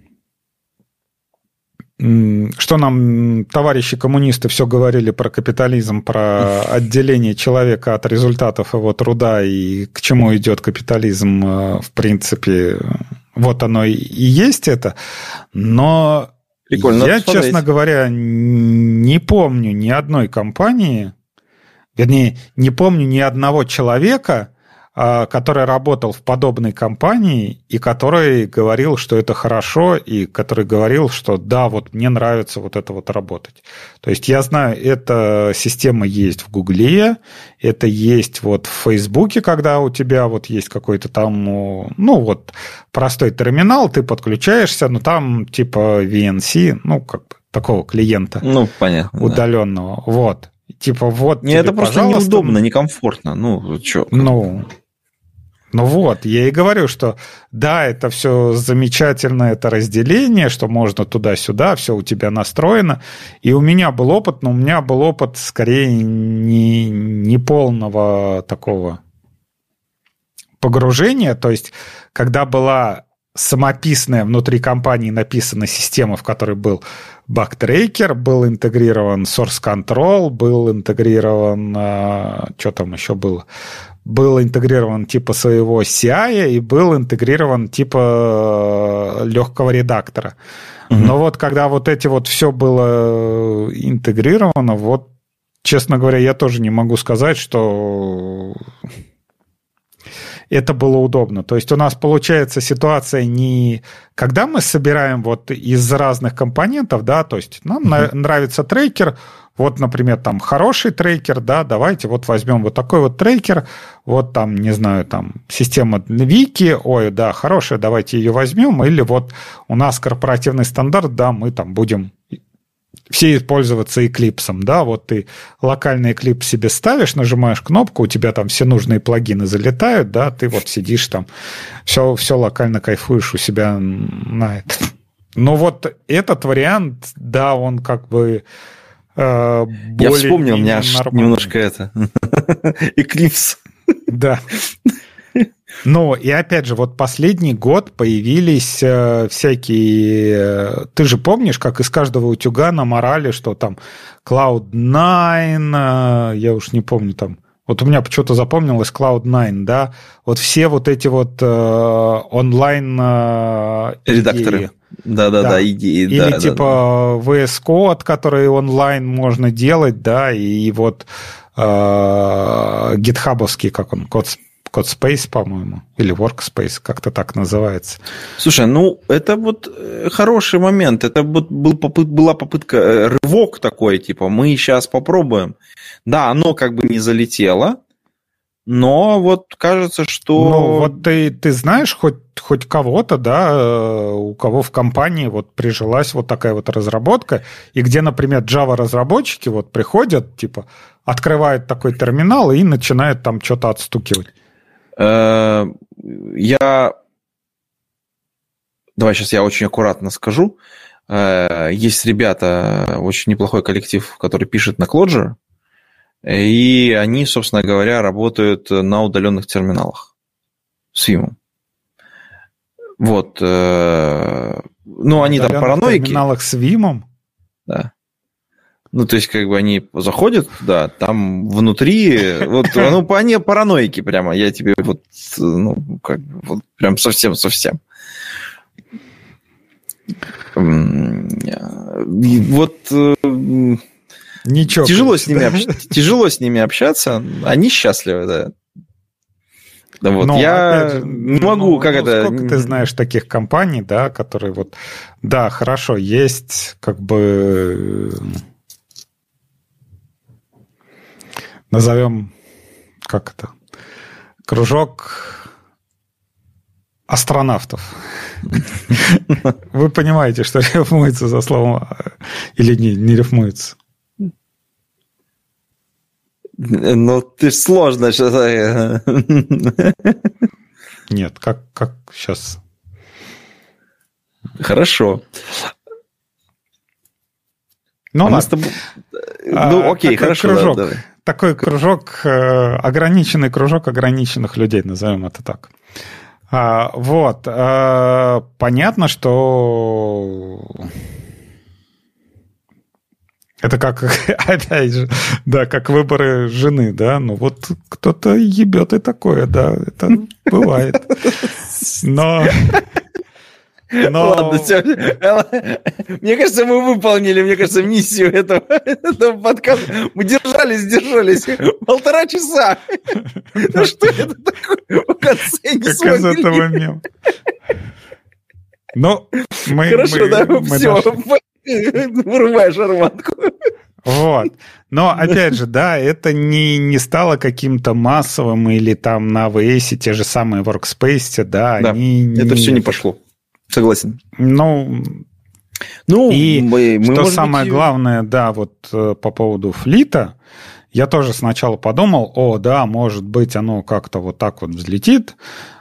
Что нам товарищи коммунисты все говорили про капитализм, про отделение человека от результатов его труда и к чему идет капитализм, в принципе, вот оно и есть это. Но Прикольно, я, честно говоря, не помню ни одной компании, вернее, не помню ни одного человека, который работал в подобной компании и который говорил, что это хорошо, и который говорил, что да, вот мне нравится вот это вот работать. То есть я знаю, эта система есть в Гугле, это есть вот в Фейсбуке, когда у тебя вот есть какой-то там, ну вот простой терминал, ты подключаешься, но там типа ви эн си, ну как бы такого клиента, ну, понятно, удаленного. Да. Вот. Типа вот. Не, это просто неудобно, некомфортно. Ну, что? Ну... Ну вот, я и говорю, что да, это все замечательно, это разделение, что можно туда-сюда, все у тебя настроено. И у меня был опыт, но у меня был опыт скорее не, не полного такого погружения. То есть, когда была самописная внутри компании написана система, в которой был бактрекер, был интегрирован source control, был интегрирован, что там еще было? Был интегрирован типа своего си ай и был интегрирован типа легкого редактора. Mm-hmm. Но вот когда вот эти вот все было интегрировано, вот, честно говоря, я тоже не могу сказать, что это было удобно. То есть у нас получается ситуация не когда мы собираем вот из разных компонентов, да, то есть нам mm-hmm. нравится трекер. Вот, например, там хороший трекер, да, давайте вот возьмем вот такой вот трекер, вот там, не знаю, там система Вики, ой, да, хорошая, давайте ее возьмем, или вот у нас корпоративный стандарт, да, мы там будем все пользоваться Eclipse, да, вот ты локальный Eclipse себе ставишь, нажимаешь кнопку, у тебя там все нужные плагины залетают, да, ты вот сидишь там, все, все локально кайфуешь у себя на это. Но вот этот вариант, да, он как бы э, более... Я вспомнил, у меня аж немножко это... Eclipse. Да. Ну, и опять же, вот последний год появились э, всякие... Ты же помнишь, как из каждого утюга наморали, что там клауд найн, э, я уж не помню там... Вот у меня почему-то запомнилось клауд найн, да? Вот все вот эти вот э, онлайн... Э, редакторы. Да-да-да, да. идеи. Или да, типа да, ви эс Code, который онлайн можно делать, да, и, и вот э, гитхабовский, как он, код CodeSpace, по-моему, или Workspace, как-то так называется. Слушай, ну, это вот хороший момент. Это вот был попыт, была попытка, рывок такой, типа, мы сейчас попробуем. Да, оно как бы не залетело, но вот кажется, что... Ну, вот ты, ты знаешь хоть, хоть кого-то, да, у кого в компании вот прижилась вот такая вот разработка, и где, например, Java-разработчики вот приходят, типа, открывают такой терминал и начинают там что-то отстукивать. Я... Давай сейчас я очень аккуратно скажу. Есть ребята, очень неплохой коллектив, который пишет на Clojure, и они, собственно говоря, работают на удаленных терминалах с Vim. Вот. Ну, они там параноики. На терминалах с Vim? Да. Ну, то есть, как бы они заходят туда, там внутри, вот, ну, они параноики прямо, я тебе вот, ну, как бы, вот, прям совсем-совсем. Вот ничего. Тяжело с, ними общ... тяжело с ними общаться, они счастливы, да. Да вот, но, я же, не могу, ну, как ну, это... Сколько ты знаешь таких компаний, да, которые вот, да, хорошо, есть, как бы... Назовем, как это, кружок астронавтов. Вы понимаете, что рифмуется за словом или не, не рифмуется? Ну, ты сложно сейчас. Нет, как, как сейчас? Хорошо. Ну, а ладно. Тобой... Ну, окей, хорошо. Кружок, да, такой кружок, ограниченный кружок ограниченных людей, назовем это так. Вот. Понятно, что... Это как, опять же, да, как выборы жены, да, ну вот кто-то ебет и такое, да, это бывает. Но... Но... Ладно, все. Мне кажется, мы выполнили, мне кажется, миссию этого, этого подкаста. Мы держались, держались полтора часа. Ну что это такое? В конце не Как из этого мема. Ну, мы... Хорошо, да, все. Вырубай шарманку. Вот. Но, опять же, да, это не, не стало каким-то массовым, или там на эй ви эс те же самые Workspace, да, да они... это не... все не пошло. Согласен. Ну, ну и мы, мы, что самое быть... главное, да, вот по поводу флита, я тоже сначала подумал, о, да, может быть, оно как-то вот так вот взлетит,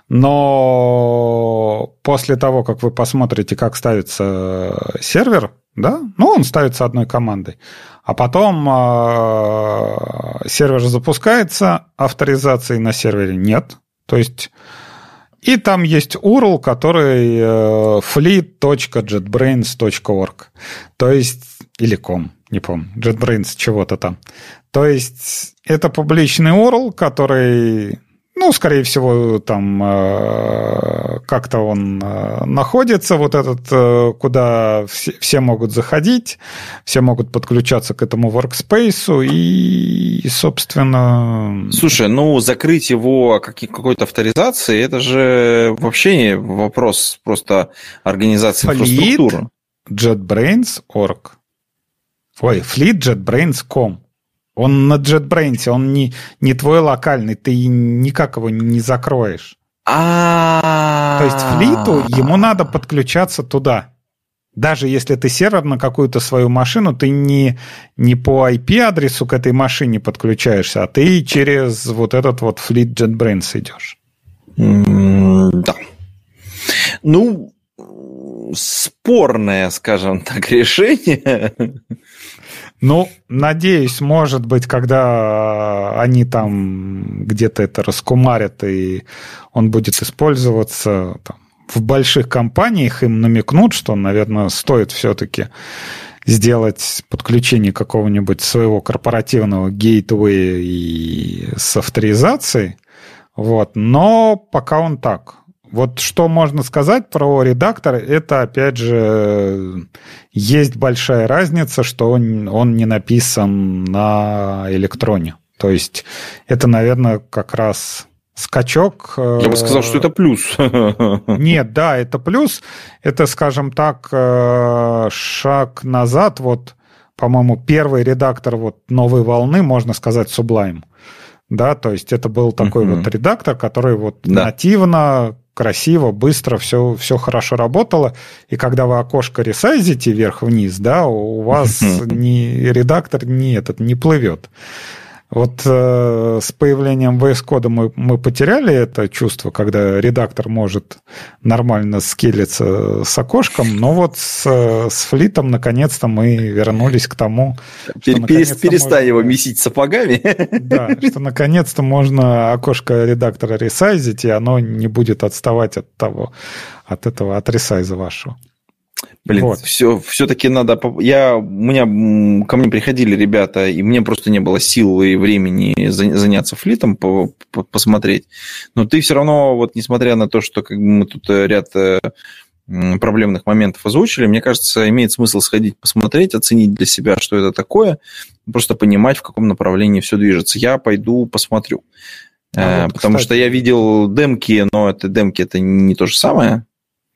но после того, как вы посмотрите, как ставится сервер, да, ну, он ставится одной командой, а потом э, сервер запускается, авторизации на сервере нет, то есть... И там есть ю ар эл, который fleet точка jetbrains точка org. То есть, или com, не помню, JetBrains чего-то там. То есть, это публичный ю ар эл, который, ну, скорее всего, там как-то он находится, вот этот, куда все, все могут заходить, все могут подключаться к этому workspace, и, собственно... Слушай, ну, закрыть его какой-то авторизацией, это же вообще вопрос просто организации инфраструктуры. JetBrains точка орг. Ой, fleet jetbrains точка com. Он на JetBrains, он не, не твой локальный, ты никак его не закроешь. А-а-а. То есть флиту ему надо подключаться туда. Даже если ты сервер на какую-то свою машину, ты не, не по ай пи-адресу к этой машине подключаешься, а ты через вот этот вот Fleet JetBrains идешь. Mm, да. Ну, спорное, скажем так, решение. Ну, надеюсь, может быть, когда они там где-то это раскумарят, и он будет использоваться там, в больших компаниях, им намекнут, что, наверное, стоит все-таки сделать подключение какого-нибудь своего корпоративного гейтвея и с авторизацией. Вот. Но пока он так. Вот что можно сказать про редактор, это, опять же, есть большая разница, что он, он не написан на электроне. То есть это, наверное, как раз скачок. Я бы сказал, что это плюс. Нет, да, это плюс. Это, скажем так, шаг назад. Вот, по-моему, первый редактор вот новой волны, можно сказать, Sublime. Да, то есть это был такой uh-huh. вот редактор, который вот да. нативно, красиво, быстро, все, все хорошо работало. И когда вы окошко ресайзите вверх-вниз, да, у вас uh-huh. ни редактор ни этот не плывет. Вот э, с появлением ви эс Code мы, мы потеряли это чувство, когда редактор может нормально скейлиться с окошком, но вот с, с флитом наконец-то мы вернулись к тому, что перестань можно... его месить сапогами. Да, что наконец-то можно окошко редактора ресайзить, и оно не будет отставать от того, от этого, от ресайза вашего. Блин, вот. все, все-таки надо... Я, у меня, ко мне приходили ребята, и мне просто не было сил и времени заняться флитом, по, по, посмотреть. Но ты все равно, вот несмотря на то, что как бы, мы тут ряд проблемных моментов озвучили, мне кажется, имеет смысл сходить посмотреть, оценить для себя, что это такое, просто понимать, в каком направлении все движется. Я пойду посмотрю. А вот, потому кстати... что я видел демки, но это демки это не то же самое.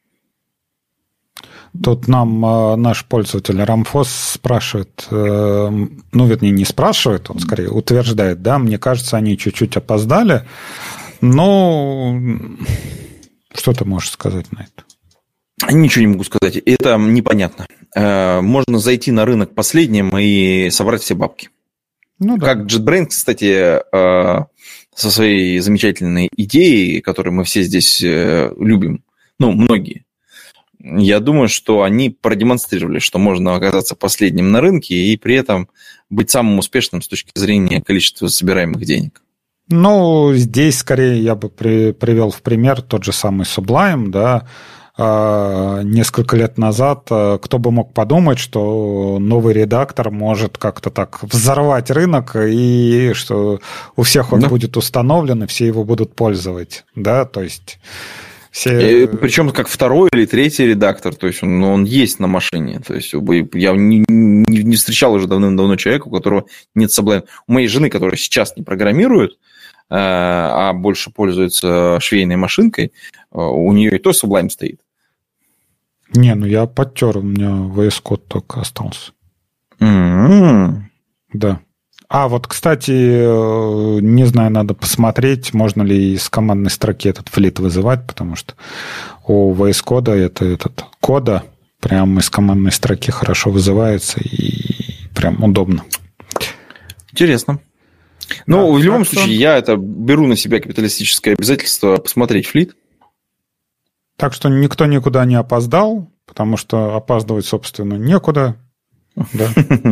Тут нам э, наш пользователь Рамфос спрашивает, э, ну, вернее, не спрашивает, он скорее утверждает, да, мне кажется, они чуть-чуть опоздали, но что ты можешь сказать на это? Ничего не могу сказать, это непонятно. Э, можно зайти на рынок последним и собрать все бабки. Ну, да. Как JetBrains, кстати, э, со своей замечательной идеей, которую мы все здесь э, любим, ну, многие, я думаю, что они продемонстрировали, что можно оказаться последним на рынке и при этом быть самым успешным с точки зрения количества собираемых денег. Ну, здесь скорее я бы при, привел в пример тот же самый Sublime, да. Несколько лет назад кто бы мог подумать, что новый редактор может как-то так взорвать рынок, и что у всех он да. будет установлен, и все его будут пользовать, да, то есть... Все... Причем как второй или третий редактор, то есть он, он есть на машине. То есть я не, не, не встречал уже давным-давно человека, у которого нет Sublime. У моей жены, которая сейчас не программирует, а больше пользуется швейной машинкой, у нее и то Sublime стоит. Не, ну я подтер, у меня ви эс Code только остался. Mm-hmm. Да. А, вот, кстати, не знаю, надо посмотреть, можно ли из командной строки этот флит вызывать, потому что у ви эс Code это этот кода прямо из командной строки хорошо вызывается и прям удобно. Интересно. Ну, да, в любом случае, что... я это беру на себя капиталистическое обязательство посмотреть флит. Так что никто никуда не опоздал, потому что опаздывать, собственно, некуда. Да.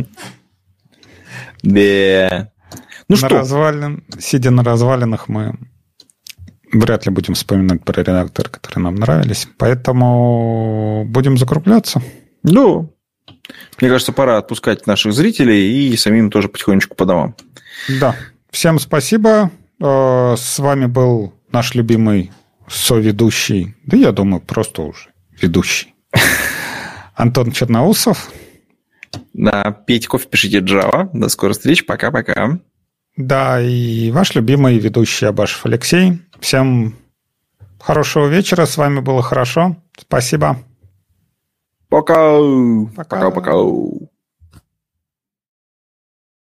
Да. Ну на что? Развалин, сидя на развалинах, мы вряд ли будем вспоминать про редакторы, которые нам нравились. Поэтому будем закругляться. Ну, мне кажется, пора отпускать наших зрителей и самим тоже потихонечку по домам. Да. Всем спасибо. С вами был наш любимый соведущий, да я думаю, просто уже ведущий, Антон Черноусов. Да, пейте кофе, пишите Java. До скорых встреч. Пока-пока. Да, и ваш любимый ведущий Абашев Алексей. Всем хорошего вечера. С вами было хорошо. Спасибо. Пока. Пока-пока.